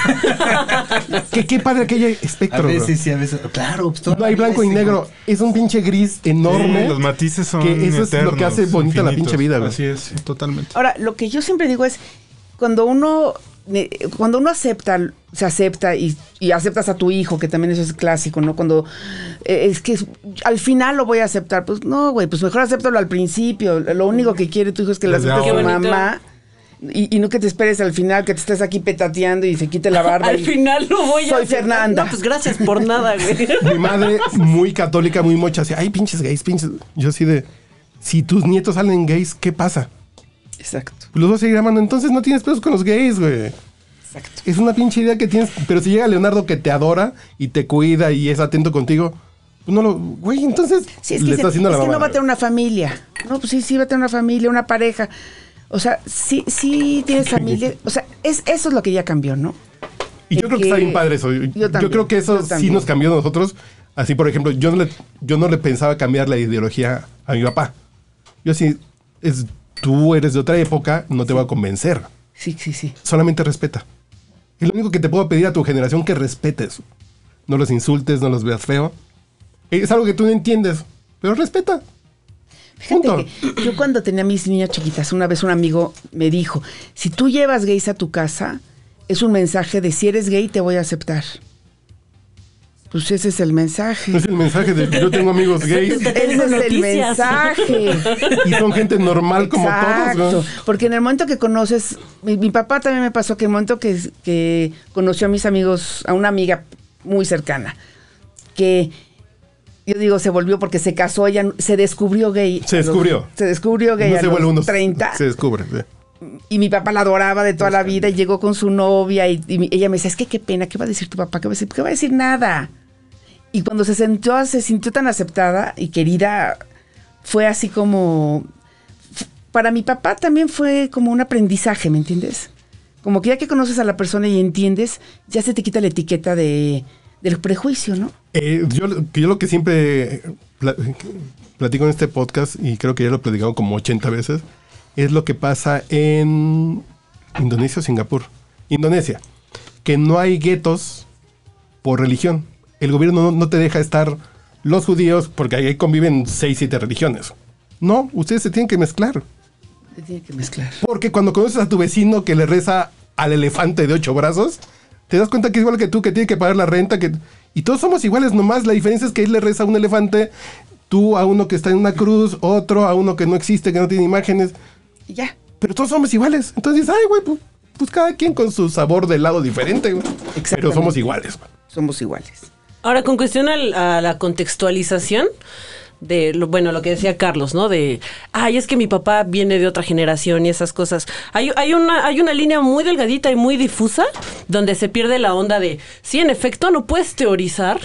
C: Qué padre que haya
E: A
C: espectro.
E: veces
C: bro.
E: sí, a veces. Claro, pues
C: No hay blanco y negro, es un pinche gris enorme.
A: Sí, los matices son
C: que eso es lo que hace bonita la pinche vida, güey.
A: Así es, totalmente.
B: Ahora, lo que yo siempre digo es, cuando uno acepta, se acepta y aceptas a tu hijo, que también eso es clásico, ¿no? Cuando es que al final lo voy a aceptar, pues no, güey, pues mejor acéptalo al principio. Lo único que quiere tu hijo es que le
A: Desde
B: aceptes a tu
A: ahora.
D: Qué bonito.
B: mamá. Y no que te esperes al final, que te estés aquí petateando y se quite la barba.
D: Al
B: y-
D: final lo voy a
B: Soy
D: hacer.
B: Fernanda.
D: No, pues gracias por nada, güey.
C: Mi madre, muy católica, muy mocha, así, ay, pinches gays, pinches. Yo así de, si tus nietos salen gays, ¿qué pasa?
B: Exacto,
C: Los vas a seguir amando, entonces no tienes pedos con los gays, güey.
B: exacto.
C: Es una pinche idea que tienes, pero si llega Leonardo que te adora y te cuida y es atento contigo, pues no lo, güey, entonces
B: Sí, es
C: le
B: que,
C: está haciendo la
B: no va a
C: mamada.
B: tener una familia. No, pues sí va a tener una familia, una pareja. O sea, sí tienes familia. O sea, eso es lo que ya cambió, ¿no?
C: Y yo creo que está bien padre eso. Yo
B: también,
C: creo que eso
B: yo
C: sí
B: también.
C: nos cambió a nosotros. Así, por ejemplo, yo no le pensaba cambiar la ideología a mi papá. Yo así, tú eres de otra época, no te voy a convencer.
B: Sí.
C: Solamente respeta. Es lo único que te puedo pedir a tu generación, que respetes. No los insultes, no los veas feo. Es algo que tú no entiendes, pero respeta.
B: Fíjate
C: Punto.
B: que yo cuando tenía mis niñas chiquitas, una vez un amigo me dijo, si tú llevas gays a tu casa, es un mensaje de si eres gay te voy a aceptar. Pues ese es el mensaje.
C: No es el mensaje de yo tengo amigos gays
B: Ese es el
D: noticias.
B: mensaje.
C: y son gente normal como
B: Exacto,
C: todos. ¿no?
B: porque en el momento que conoces, mi papá también me pasó que en el momento que conoció a mis amigos, a una amiga muy cercana, que yo digo se volvió porque se casó, ella se descubrió gay.
C: Se descubrió.
B: Se descubrió gay
C: No
B: a
C: se vuelve
B: los
C: unos
B: 30.
C: Se descubre. Sí.
B: Y mi papá la adoraba de toda la vida y llegó con su novia y ella me decía, es que qué pena, ¿qué va a decir tu papá? ¿Qué va a decir? ¿Qué va a decir? Nada. Y cuando se sintió tan aceptada y querida, fue así como... Para mi papá también fue como un aprendizaje, ¿me entiendes? Como que ya que conoces a la persona y entiendes, ya se te quita la etiqueta del prejuicio, ¿no?
C: Yo lo que siempre platico en este podcast, y creo que ya lo he platicado como 80 veces, es lo que pasa en Indonesia o Singapur. Indonesia, que no hay guetos por religión. El gobierno no te deja estar los judíos, porque ahí conviven 6, 7 religiones. No, ustedes se tienen que mezclar.
B: Se tiene que mezclar.
C: Porque cuando conoces a tu vecino que le reza al elefante de 8 brazos, te das cuenta que es igual que tú, que tiene que pagar la renta, y todos somos iguales, nomás la diferencia es que él le reza a un elefante, tú a uno que está en una cruz, otro a uno que no existe, que no tiene imágenes,
B: Y ya.
C: pero todos somos iguales. Entonces, ay, güey, pues cada quien con su sabor de helado diferente, güey. Pero
B: Exactamente.
C: somos iguales, güey.
B: Somos iguales.
D: Ahora, con cuestión a la contextualización de lo que decía Carlos, ¿no? De, ay, es que mi papá viene de otra generación y esas cosas. Hay una línea muy delgadita y muy difusa donde se pierde la onda de, sí, en efecto, no puedes teorizar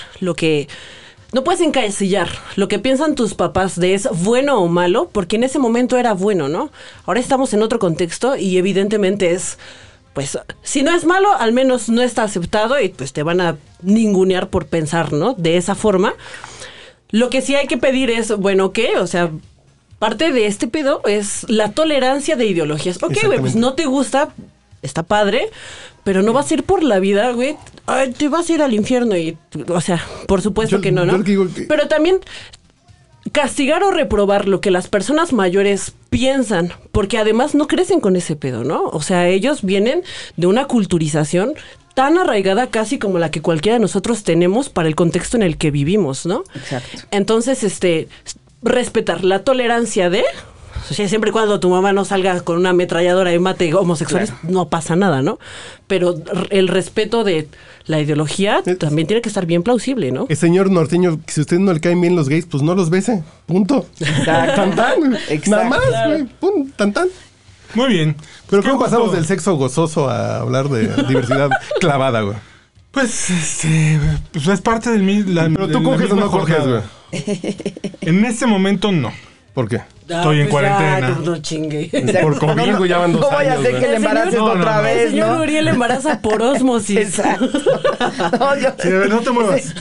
D: no puedes encasillar lo que piensan tus papás de es bueno o malo, porque en ese momento era bueno, ¿no? Ahora estamos en otro contexto y evidentemente es... Pues, si no es malo, al menos no está aceptado y pues te van a ningunear por pensar, ¿no? De esa forma. Lo que sí hay que pedir es, bueno, ¿qué? O sea, parte de este pedo es la tolerancia de ideologías. Ok, güey, pues
C: Exactamente.
D: no te gusta, está padre, pero no vas a ir por la vida, güey. Ay, te vas a ir al infierno y, o sea, por supuesto
C: Yo-
D: que no,
C: yo
D: ¿no?
C: lo que digo que-
D: Pero también... castigar o reprobar lo que las personas mayores piensan, porque además no crecen con ese pedo, ¿no? O sea, ellos vienen de una culturización tan arraigada casi como la que cualquiera de nosotros tenemos para el contexto en el que vivimos, ¿no?
B: Exacto.
D: Entonces, respetar la tolerancia de... O sea, siempre y cuando tu mamá no salga con una ametralladora y mate homosexuales, no pasa nada, ¿no? Pero el respeto de la ideología también tiene que estar bien plausible, ¿no?
C: El señor norteño, si a usted no le caen bien los gays, pues no los bese. Punto. Tan, tan. Nada más, güey. Pum, tan, tan.
A: Muy bien.
C: Pero
A: ¿Qué
C: ¿cómo pasamos
A: gusto?
C: del sexo gozoso a hablar de diversidad clavada, güey?
A: Pues, pues es parte del mismo.
C: Pero tú coges o no coges, güey.
A: En este momento no.
C: ¿Por qué?
A: Estoy en cuarentena.
D: No chingue.
C: Por COVID, güey, ya van 2
B: No vaya a
C: años,
B: ser
C: güey.
B: que le embaraces
A: No, no,
B: otra
A: no.
B: vez,
D: El señor
B: ¿no?
D: Uriel embaraza por ósmosis.
B: Exacto. No, yo...
A: Sí, a ver, no te muevas.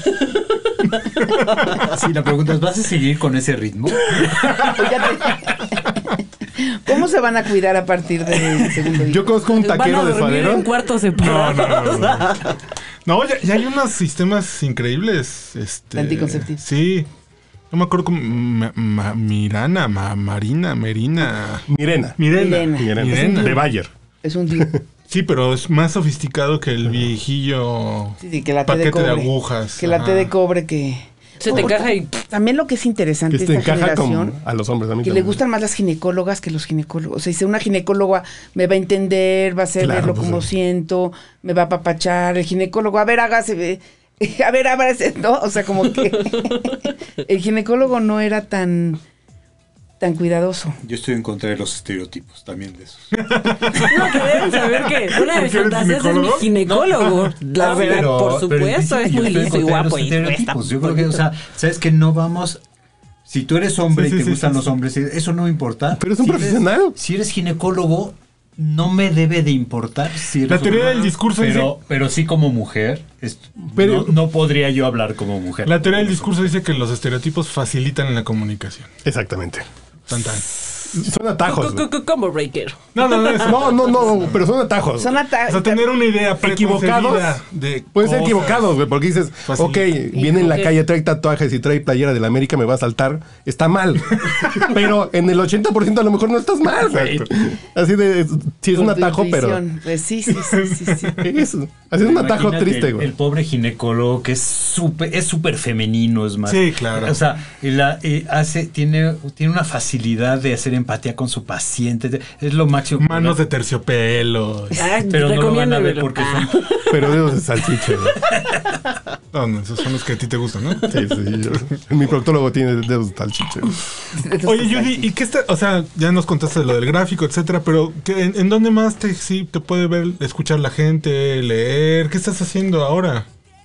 E: Si la pregunta es, ¿vas a seguir con ese ritmo?
B: ¿Cómo se van a cuidar a partir del segundo hijo?
C: Yo conozco un
D: Van
C: taquero
D: a
C: de
D: dormir
C: suadero.
D: en cuartos
A: No,
D: separados.
A: No, ya hay unos sistemas increíbles.
B: Anticonceptivos.
A: Sí. No me acuerdo cómo. Mirena.
C: Mirena.
A: Mirena.
C: De Bayer.
B: Es un dios.
A: Sí, pero es más sofisticado que el viejillo
B: Sí, que la T de
A: paquete de
B: cobre.
A: agujas.
B: Que la
A: Ajá.
B: T de cobre que...
D: Se te encaja y...
B: También lo que es interesante
C: Que
B: de
C: te
B: esta
C: encaja
B: generación...
C: como a los hombres. A mí
B: Que le
C: también.
B: gustan más las ginecólogas que los ginecólogos. O sea, si una ginecóloga me va a entender, va a hacer
C: Claro,
B: verlo
C: pues,
B: como
C: sí.
B: siento, me va a apapachar. El ginecólogo, a ver, hágase, a ver, ábrase, ¿no? O sea, como que el ginecólogo no era tan cuidadoso.
E: Yo estoy en contra de los estereotipos también de esos.
D: No, que deben saber que una de mis
A: ¿Porque eres
D: fantasías es mi
A: ginecólogo?
D: ginecólogo. La verdad,
E: Pero-
D: por
E: pero
D: supuesto,
E: sí,
D: es
E: yo
D: muy
E: estoy en
D: listo y
E: contra de
D: guapo.
E: los
D: Y está
E: estereotipos. Yo creo que,
D: bonito.
E: o sea, sabes que no vamos. Si tú eres hombre
A: Sí,
E: y
A: sí,
E: te
A: sí,
E: gustan
A: sí,
E: los
A: sí.
E: hombres, eso no importa.
C: Pero es un
E: Si
C: profesional.
E: si eres ginecólogo, no me debe de importar si eres
A: La teoría
E: hombre.
A: del discurso
E: pero sí como mujer,
C: Pero-
E: no podría yo hablar como mujer.
A: La teoría del discurso dice que los estereotipos facilitan la comunicación.
C: Exactamente.
A: Tan, tan.
C: Son atajos. güey.
D: Como breaker.
A: No, eso.
C: No, pero son atajos.
B: Son
A: O sea, tener una idea
C: Equivocados.
A: preconcebida de
C: Pueden ser
A: cosas.
C: equivocados, güey, porque dices,
A: Facilita.
C: ok, viene en la calle, trae tatuajes y trae playera de la América, me va a saltar. Está mal. Pero en el 80% a lo mejor no estás mal, güey. Así de, sí es un atajo, pero...
B: Pues sí.
C: Eso. Así es un atajo
E: Imagínate
C: triste,
E: el
C: güey.
E: pobre ginecólogo que es súper femenino, es más.
A: Sí, claro.
E: O sea, tiene una facilidad de hacer empatía con su paciente. Es lo máximo.
A: Manos de terciopelo.
E: Pero no lo van a ver
D: Recomiéndemelo.
E: porque son.
C: Pero dedos de salchicha, güey.
A: No, esos son los que a ti te gustan, ¿no?
C: Sí. Mi proctólogo tiene dedos de salchicha. güey.
A: Oye, Judy, ¿y qué está? O sea, ya nos contaste lo del gráfico, etcétera, pero ¿en dónde más te puede ver, escuchar la gente, leer? ¿Qué estás haciendo ahora?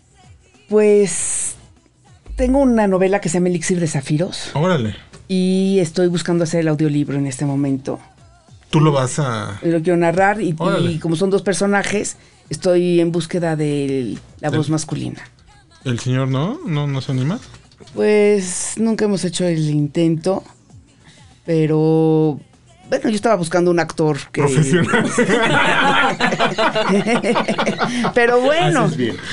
B: Pues tengo una novela que se llama Elixir de Zafiros
A: Órale.
B: y estoy buscando hacer el audiolibro en este momento.
A: Tú lo vas a...
B: Lo quiero narrar y
A: Órale.
B: como son 2 personajes, estoy en búsqueda de la voz masculina.
A: ¿El señor no se anima?
B: Pues nunca hemos hecho el intento, pero bueno, yo estaba buscando un actor que...
A: Profesional.
B: Pero bueno.
E: Haces bien.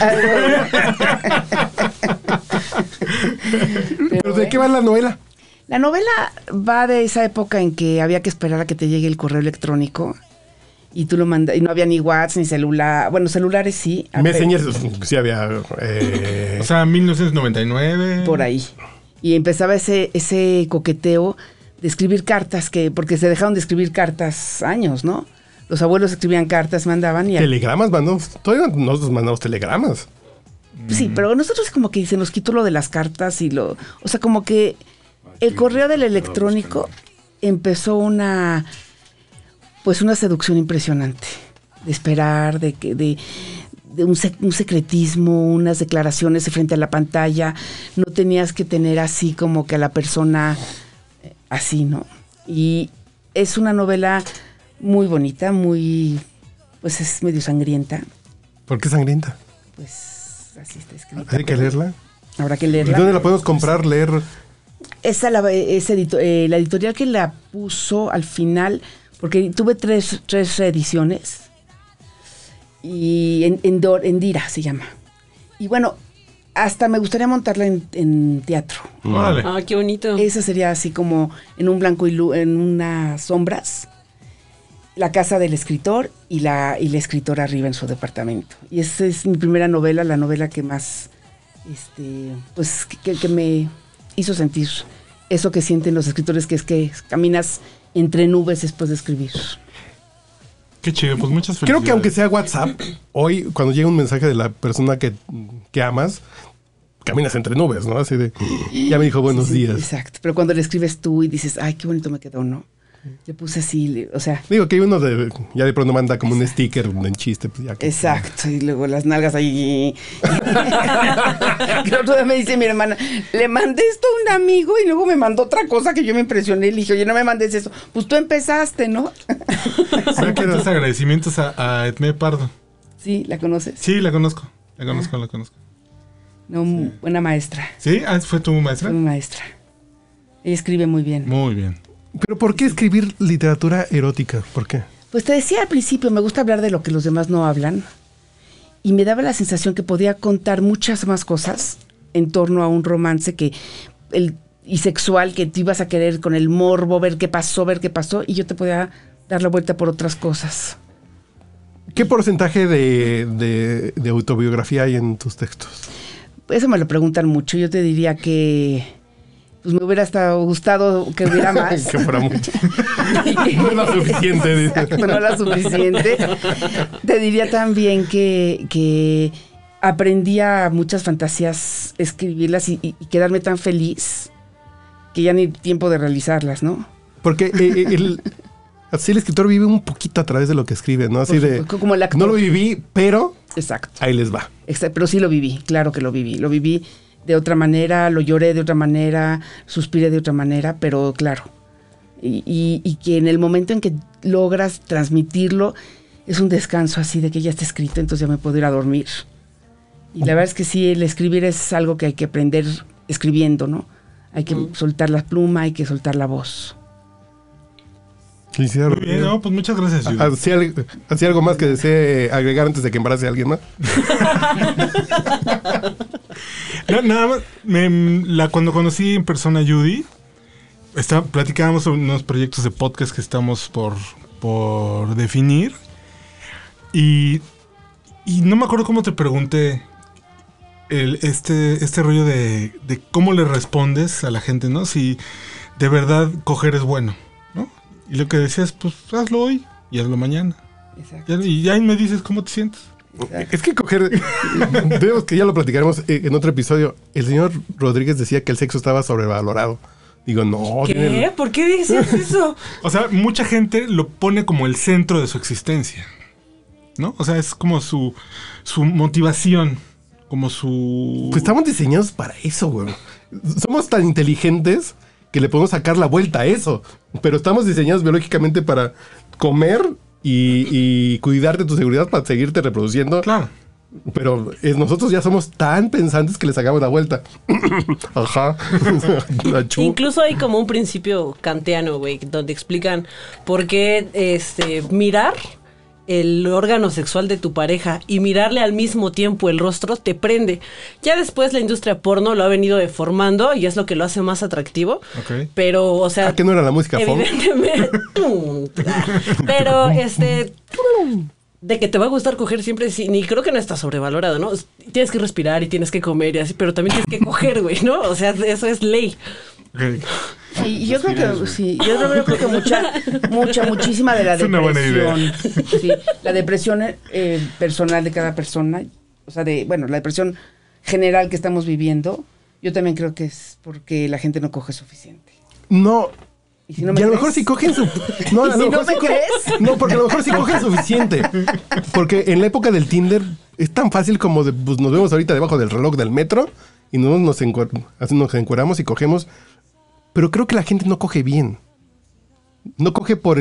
C: ¿Pero de qué va la novela?
B: La novela va de esa época en que había que esperar a que te llegue el correo electrónico y tú lo mandas, y no había ni WhatsApp ni celular, bueno, celulares sí.
C: Messenger sí había...
A: O sea, 1999.
B: Por ahí. Y empezaba ese coqueteo de escribir cartas, porque se dejaron de escribir cartas años, ¿no? Los abuelos escribían cartas, mandaban y...
C: Telegramas, mandamos. Todavía nosotros mandamos telegramas.
B: Sí, pero nosotros como que se nos quitó lo de las cartas y o sea, como que el correo del electrónico empezó una seducción impresionante. De esperar, de un secretismo, unas declaraciones frente a la pantalla. No tenías que tener así como que a la persona así, ¿no? Y es una novela muy bonita, pues es medio sangrienta.
C: ¿Por qué sangrienta?
B: Pues así está escrita.
C: Hay que leerla.
B: Habrá que
C: ¿Y
B: leerla.
C: dónde la podemos comprar, leer?
B: La editorial que la puso al final, porque tuve tres reediciones, y en Dira se llama. Y bueno, hasta me gustaría montarla en teatro.
A: Órale.
D: Ah, qué bonito.
B: Esa sería así como en un blanco y en unas sombras, la casa del escritor y la escritora arriba en su departamento. Y esa es mi primera novela, la novela que más, pues, que me hizo sentir eso que sienten los escritores, que es que caminas entre nubes después de escribir.
A: Qué chido, pues muchas felicidades.
C: Creo que aunque sea WhatsApp, hoy cuando llega un mensaje de la persona que amas, caminas entre nubes, ¿no? Así de, ya me dijo buenos días.
B: Exacto, pero cuando le escribes tú y dices, ay, qué bonito me quedó, ¿no? Le puse así, o sea...
C: Digo que hay uno ya de pronto manda como un sticker, un chiste. Pues ya que,
B: exacto, y luego las nalgas ahí. El otro día me dice mi hermana, le mandé esto a un amigo y luego me mandó otra cosa que yo me impresioné. Le dije, oye, no me mandes eso. Pues tú empezaste, ¿no?
A: ¿Sabes qué? Agradecimientos a Edmé Pardo.
B: Sí, ¿la conoces?
A: Sí, la conozco. La conozco.
B: No, sí. Buena maestra.
A: ¿Sí? ¿Fue tu maestra?
B: Fue mi maestra. Ella escribe muy bien.
A: Muy bien.
C: ¿Pero por qué escribir literatura erótica? ¿Por qué?
B: Pues te decía al principio, me gusta hablar de lo que los demás no hablan. Y me daba la sensación que podía contar muchas más cosas en torno a un romance y sexual que te ibas a querer con el morbo, ver qué pasó, y yo te podía dar la vuelta por otras cosas.
C: ¿Qué porcentaje de autobiografía hay en tus textos?
B: Eso me lo preguntan mucho. Yo te diría que... pues me hubiera hasta gustado que hubiera más.
C: Que fuera mucho. No es lo suficiente.
B: Exacto, no era suficiente. Te diría también que aprendía muchas fantasías escribirlas y quedarme tan feliz que ya ni tiempo de realizarlas, ¿no?
C: Porque así el escritor vive un poquito a través de lo que escribe, ¿no? Así de...
B: como el actor.
C: No lo viví, pero...
B: exacto.
C: Ahí les va.
B: Exacto, pero sí lo viví, claro que lo viví. Lo viví de otra manera, lo lloré de otra manera, suspiré de otra manera, pero claro. Y que en el momento en que logras transmitirlo, es un descanso así de que ya está escrito, entonces ya me puedo ir a dormir. Y la verdad es que sí, el escribir es algo que hay que aprender escribiendo, ¿no? Hay que soltar la pluma, hay que soltar la voz.
A: Muy bien, no, pues muchas gracias, Judy.
C: ¿Hacía algo más que desee agregar antes de que embarace a alguien más?
A: No, nada más, cuando conocí en persona a Judy, platicábamos sobre unos proyectos de podcast que estamos por definir. Y no me acuerdo cómo te pregunté este rollo de cómo le respondes a la gente, ¿no? Si de verdad coger es bueno, ¿no? Y lo que decías, pues hazlo hoy y hazlo mañana.
B: Exacto.
A: Y ya me dices cómo te sientes.
C: Exacto. Es que coger, vemos que ya lo platicaremos en otro episodio. El señor Rodríguez decía que el sexo estaba sobrevalorado. Digo, no.
D: ¿Qué? ¿Por qué dices eso?
A: O sea, mucha gente lo pone como el centro de su existencia, ¿no? O sea, es como su motivación, como su...
C: Pues estamos diseñados para eso, güey. Somos tan inteligentes que le podemos sacar la vuelta a eso. Pero estamos diseñados biológicamente para comer y cuidar de tu seguridad para seguirte reproduciendo.
A: Claro.
C: Pero nosotros ya somos tan pensantes que le sacamos la vuelta. Ajá.
D: Incluso hay como un principio kantiano, güey, donde explican por qué mirar el órgano sexual de tu pareja y mirarle al mismo tiempo el rostro te prende. Ya después la industria porno lo ha venido deformando y es lo que lo hace más atractivo.
A: Okay.
D: Pero, o sea...
C: ¿qué no era la música funk?
D: Evidentemente. Pero, de que te va a gustar coger siempre, sí, ni creo que no está sobrevalorado, ¿no? Tienes que respirar y tienes que comer y así, pero también tienes que coger, güey, ¿no? O sea, eso es ley.
A: Okay.
B: Y yo creo que sí, yo creo que muchísima de la
A: es una buena idea.
B: Sí, la depresión personal de cada persona, o sea, la depresión general que estamos viviendo, yo también creo que es porque la gente no coge suficiente.
C: No.
B: ¿Y si no me
C: y a lo
B: crees?
C: mejor si cogen no,
B: ¿Y si no me crees?
C: No, porque a lo mejor sí cogen suficiente. Porque en la época del Tinder es tan fácil como de, pues nos vemos ahorita debajo del reloj del metro y nos encueramos y cogemos. Pero creo que la gente no coge bien. No coge por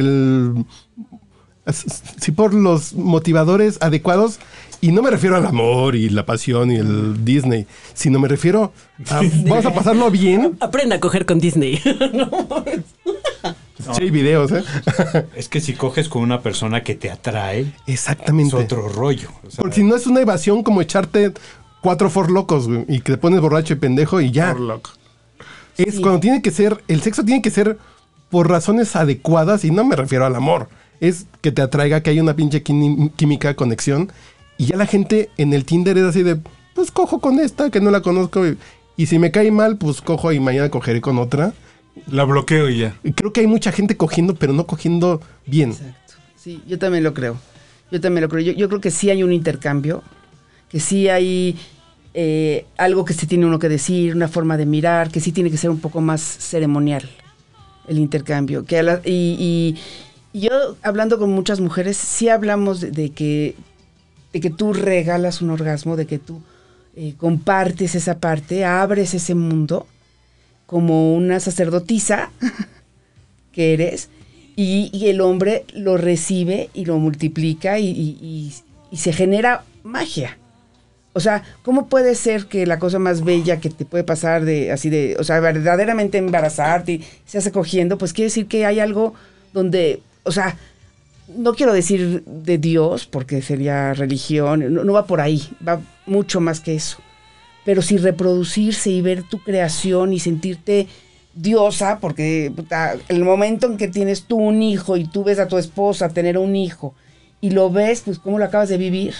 C: por los motivadores adecuados. Y no me refiero al amor y la pasión y el Disney, sino me refiero a vamos a pasarlo bien.
D: Aprenda a coger con Disney.
C: Sí, hay videos, ¿eh?
E: Es que si coges con una persona que te atrae,
C: exactamente,
E: es otro rollo. O sea,
C: porque si no es una evasión como echarte 4 forlocos, güey, y que te pones borracho y pendejo y ya.
A: Por loco.
C: Es cuando tiene que ser, el sexo tiene que ser por razones adecuadas y no me refiero al amor. Es que te atraiga, que haya una pinche química, conexión. Y ya la gente en el Tinder es así de, pues cojo con esta que no la conozco. Y si me cae mal, pues cojo y mañana cogeré con otra.
A: La bloqueo y ya.
C: Y creo que hay mucha gente cogiendo, pero no cogiendo bien.
B: Exacto. Sí, yo también lo creo. Yo creo que sí hay un intercambio, que sí hay algo que se tiene uno que decir, una forma de mirar, que sí tiene que ser un poco más ceremonial el intercambio. Y yo, hablando con muchas mujeres, sí hablamos de que tú regalas un orgasmo, de que tú compartes esa parte, abres ese mundo como una sacerdotisa que eres, y el hombre lo recibe y lo multiplica y se genera magia. O sea, ¿cómo puede ser que la cosa más bella que te puede pasar o sea, verdaderamente embarazarte y se hace cogiendo? Pues quiere decir que hay algo donde, o sea, no quiero decir de Dios, porque sería religión, no va por ahí, va mucho más que eso. Pero sí reproducirse y ver tu creación y sentirte diosa, porque puta, el momento en que tienes tú un hijo y tú ves a tu esposa tener un hijo y lo ves, pues cómo lo acabas de vivir,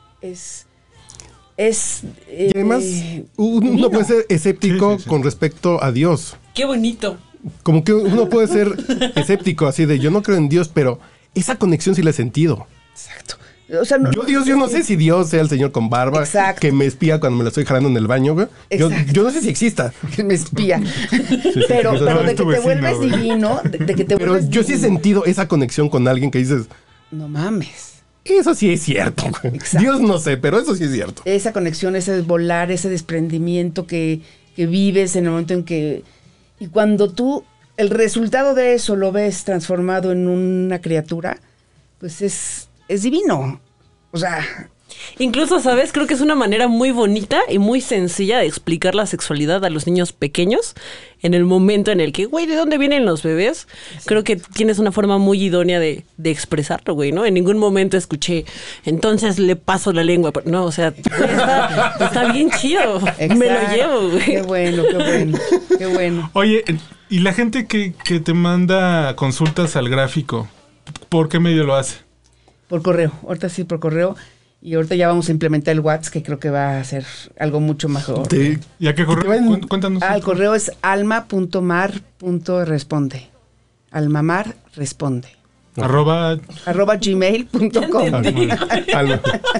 C: y además, uno puede ser escéptico
A: Sí.
C: con respecto a Dios.
D: Qué bonito.
C: Como que uno puede ser escéptico, así de yo no creo en Dios, pero esa conexión sí la he sentido.
B: Exacto. O sea,
C: Yo no sé si Dios sea el señor con barba
B: Exacto.
C: que me espía cuando me la estoy jalando en el baño, güey. Yo no sé si exista.
B: que me espía. Pero
C: sí,
B: de que
A: tu
B: te
A: vecino,
B: vuelves
A: güey.
B: divino, de que te
C: Pero
B: vuelves
C: yo sí he
B: divino.
C: sentido esa conexión con alguien que dices,
B: No mames.
C: eso sí es cierto, güey.
B: Exacto.
C: Dios no sé, pero eso sí es cierto.
B: Esa conexión, ese volar, ese desprendimiento que vives en el momento en que... Y cuando tú, el resultado de eso lo ves transformado en una criatura, pues es divino. O sea,
D: Incluso, ¿sabes? Creo que es una manera muy bonita y muy sencilla de explicar la sexualidad a los niños pequeños en el momento en el que, güey, ¿de dónde vienen los bebés? Creo que tienes una forma muy idónea de expresarlo, güey, ¿no? En ningún momento escuché, entonces le paso la lengua. No, o sea, güey, está bien chido. Me lo
B: exacto.
D: llevo, güey.
B: Qué bueno, qué bueno, qué bueno.
A: Oye, y la gente que te manda consultas al gráfico, ¿por qué medio lo hace?
B: Por correo, ahorita sí por correo. Y ahorita ya vamos a implementar el WhatsApp, que creo que va a ser algo mucho mejor.
A: ¿Y a qué correo?
C: te van-
A: Cuéntanos.
B: El correo es alma.mar.responde. Almamar responde.
A: Arroba.
B: @gmail.com.
C: Algo.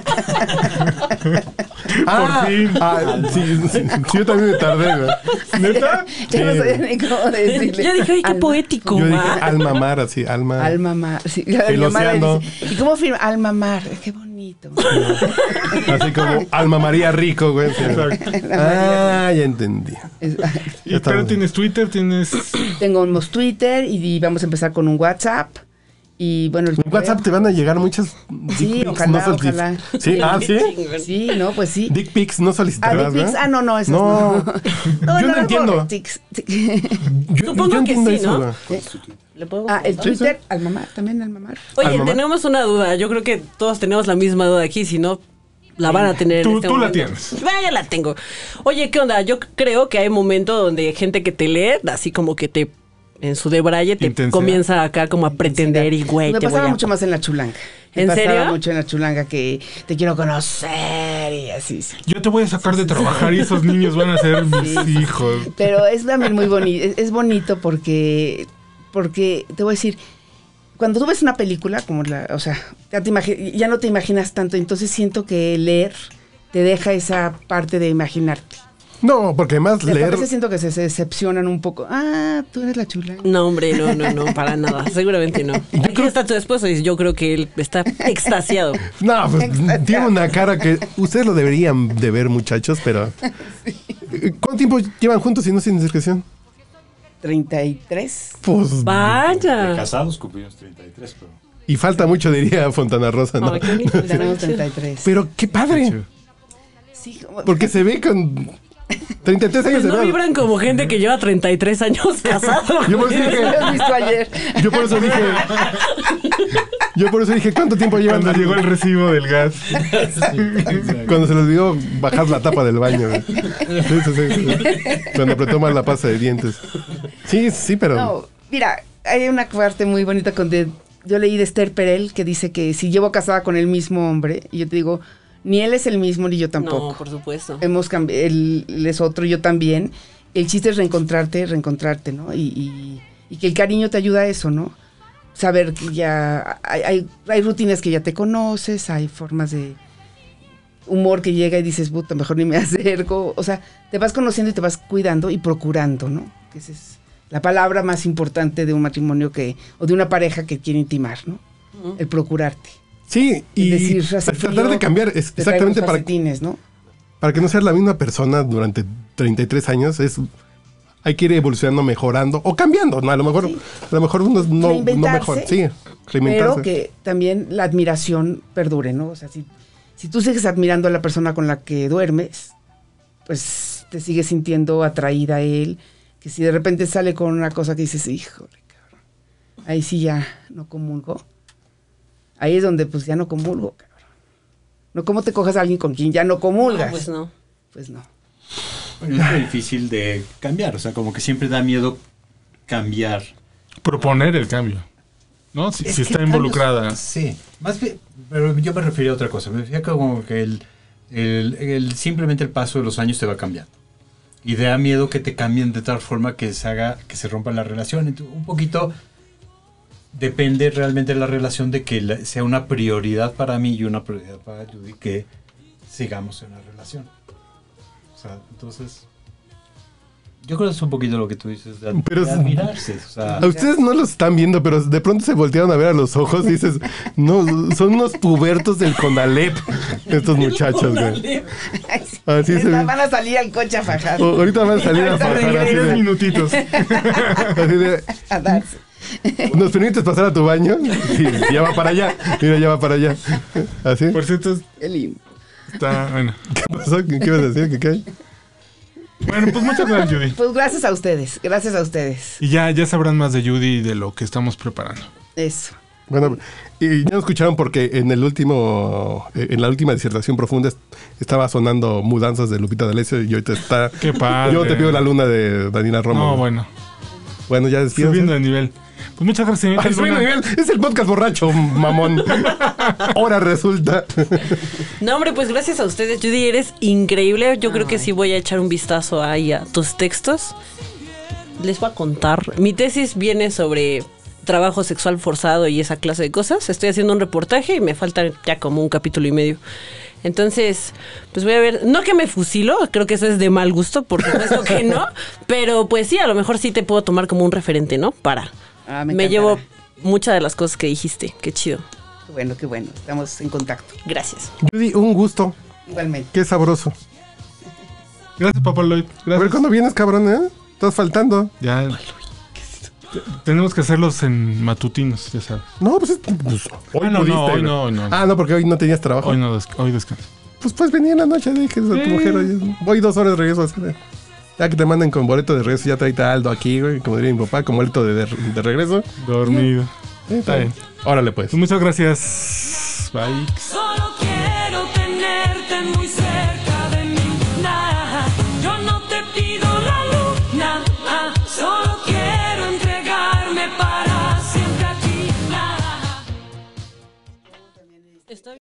A: Por fin.
C: Sí, yo también me tardé, güey.
A: ¿Neta?
B: Ya no sabía ni cómo decirle.
D: Yo dije, ay, qué
B: Alma-
D: poético.
C: Yo dije
D: va.
C: alma mar, así, alma.
B: Alma Mar. Sí,
C: El
B: mi mamá
C: océano.
B: dice, ¿y cómo firma? Alma Mar. Qué bonito.
C: Así como Alma María Rico, güey. Sí. Ah, ya entendí.
B: Es-
A: ¿Y pero tienes Twitter? ¿Tienes...?
B: Tenemos Twitter y vamos a empezar con un WhatsApp. Y bueno, el
C: En WhatsApp te van a llegar muchas
B: Sí,
C: dick pics
B: ojalá,
C: no solici-
B: ojalá.
C: Sí, sí.
B: Sí, no, pues sí.
C: Dick pics no solicitadas,
B: Dick pics.
C: ¿verdad?
B: No, esas
C: No.
B: no.
C: Yo no entiendo.
D: Supongo que
C: entiendo
D: sí,
C: eso,
D: ¿no?
C: güey.
D: ¿Le puedo
B: El
D: preguntar?
B: Twitter, Almamar, también Almamar.
D: Oye,
C: ¿Alma Mar?
D: tenemos una duda. Yo creo que todos tenemos la misma duda aquí, si no, la van a tener en
A: Tú
D: este
A: la
D: momento.
A: tienes.
D: Ya la tengo. Oye, ¿qué onda? Yo creo que hay momentos donde gente que te lee, así como que te, en su debraye, te
A: Intensidad.
D: comienza acá como a pretender y, güey,
B: Me
D: te voy
B: pasaba
D: a...
B: mucho más en la chulanga.
D: ¿En
B: Me pasaba
D: serio?
B: mucho en la chulanga que te quiero conocer y así. Sí.
A: Yo te voy a sacar de trabajar y esos niños van a ser mis hijos.
B: Pero es también muy bonito. Es bonito porque te voy a decir, cuando tú ves una película, o sea, ya no te imaginas tanto, entonces siento que leer te deja esa parte de imaginarte.
C: No, porque además
B: A
C: leer.
B: veces siento que se decepcionan un poco. Ah, tú eres la chulanga.
D: No, hombre, no, para nada. Seguramente no. Aquí está tu esposo y yo creo que él está extasiado.
C: No, pues tiene una cara que ustedes lo deberían de ver, muchachos, pero. ¿Cuánto tiempo llevan juntos y no sin discreción?
B: 33.
C: Pues.
E: De
D: Vaya.
E: casados cumplimos 33, pero...
C: Y falta mucho, diría Fontana Rosa, ¿no?
D: Ay, qué bonito.
B: Tenemos 33.
C: Pero qué padre.
B: Sí, como-
C: Porque se ve con 33 años
D: Pues
C: de
D: no
C: edad.
D: vibran como gente que lleva 33 años casado.
C: Yo por eso
B: ¿Lo
C: dije.
B: has visto ayer?
C: Yo por eso dije. Yo por eso dije, ¿cuánto tiempo llevan?
A: Cuando llegó el recibo del gas.
C: Cuando se les olvidó bajar la tapa del baño. Güey. Sí. Cuando apretó mal la pasta de dientes. Sí, pero...
B: No, mira, hay una parte muy bonita donde yo leí de Esther Perel que dice que si llevo casada con el mismo hombre, y yo te digo, ni él es el mismo ni yo tampoco.
D: No, por supuesto.
B: Hemos cambiado, él es otro, yo también. El chiste es reencontrarte, ¿no? Y que el cariño te ayuda a eso, ¿no? Saber que ya hay rutinas que ya te conoces, hay formas de humor que llega y dices, puta, mejor ni me acerco. O sea, te vas conociendo y te vas cuidando y procurando, ¿no? Que esa es la palabra más importante de un matrimonio o de una pareja que quiere intimar, ¿no? El procurarte.
C: Sí, y
B: decir,
C: tratar de cambiar exactamente
B: ¿no?
C: Para que no seas la misma persona durante 33 años, hay que ir evolucionando, mejorando o cambiando, ¿no? A lo mejor uno no mejor, sí,
B: pero que también la admiración perdure, ¿no? O sea, si tú sigues admirando a la persona con la que duermes, pues te sigues sintiendo atraída a él, que si de repente sale con una cosa que dices, híjole, cabrón, ahí sí ya no comulgo. Ahí es donde pues ya no comulgo, cabrón. No, ¿cómo te coges a alguien con quien ya no comulgas?
D: No,
B: pues no.
E: Bueno, es muy difícil de cambiar, o sea, como que siempre da miedo cambiar.
A: Proponer el cambio, ¿no? Si está involucrada.
E: Sí, más bien, pero yo me refería a otra cosa. Me refería como que simplemente el paso de los años te va cambiando. Y da miedo que te cambien de tal forma que se rompa la relación. Entonces, un poquito depende realmente de la relación de que sea una prioridad para mí y una prioridad para Judy que sigamos en la relación. O sea, entonces, yo creo que es un poquito lo que tú dices de admirarse. O sea,
C: a ustedes no los están viendo, pero de pronto se voltearon a ver a los ojos y dices, no, son unos pubertos del Conalep, estos muchachos, güey. Así se
B: van a salir al coche a fajar.
C: Ahorita van a salir a fajar así de
A: minutitos.
C: Así de,
B: a darse.
C: ¿nos permites pasar a tu baño? Sí, ya va para allá. Mira, ya va para allá. Así.
A: Por cierto,
B: qué lindo.
A: Está, bueno.
C: ¿Qué pasó? ¿Qué ibas a decir? ¿Qué hay?
A: Bueno, pues muchas gracias, Judy.
B: Pues gracias a ustedes.
A: Y ya sabrán más de Judy y de lo que estamos preparando.
B: Eso.
C: Bueno, y ya nos escucharon porque en la última disertación profunda estaba sonando Mudanzas de Lupita D'Alessio y ahorita está...
A: ¡Qué padre!
C: Yo te pido la luna de Daniela Romo.
A: No, bueno.
C: Bueno, ya despídense.
A: Subiendo de nivel. Pues muchas gracias.
C: Subiendo de nivel. Es el podcast borracho, mamón. Ahora resulta.
D: No, hombre, pues gracias a ustedes, Judy, eres increíble. Yo creo que sí voy a echar un vistazo ahí a tus textos. Les voy a contar. Mi tesis viene sobre trabajo sexual forzado y esa clase de cosas. Estoy haciendo un reportaje y me falta ya como un capítulo y medio. Entonces, pues voy a ver, no que me fusilo, creo que eso es de mal gusto, por supuesto que no, pero pues sí, a lo mejor sí te puedo tomar como un referente, ¿no? Me llevo muchas de las cosas que dijiste, qué chido.
B: Qué bueno, estamos en contacto.
D: Gracias.
C: Judy, un gusto.
B: Igualmente.
C: Qué sabroso.
A: Gracias, Papá Lloyd.
C: A ver cuándo vienes, cabrón, ¿eh? Estás faltando.
A: Ya. Tenemos que hacerlos en matutinos, ya sabes.
C: No, pues hoy pudiste.
A: No.
C: Ah, no, porque hoy no tenías trabajo.
A: Hoy descanso.
C: Pues venía en la noche, dije a tu mujer, oye, voy 2 horas de regreso a hacer. Ya que te manden con boleto de regreso, ya trae a Aldo aquí, güey, como diría mi papá, con boleto de regreso.
A: Dormido.
C: Está bien. Órale, pues.
A: Muchas gracias. Bye.
F: Solo quiero tenerte muy cerca.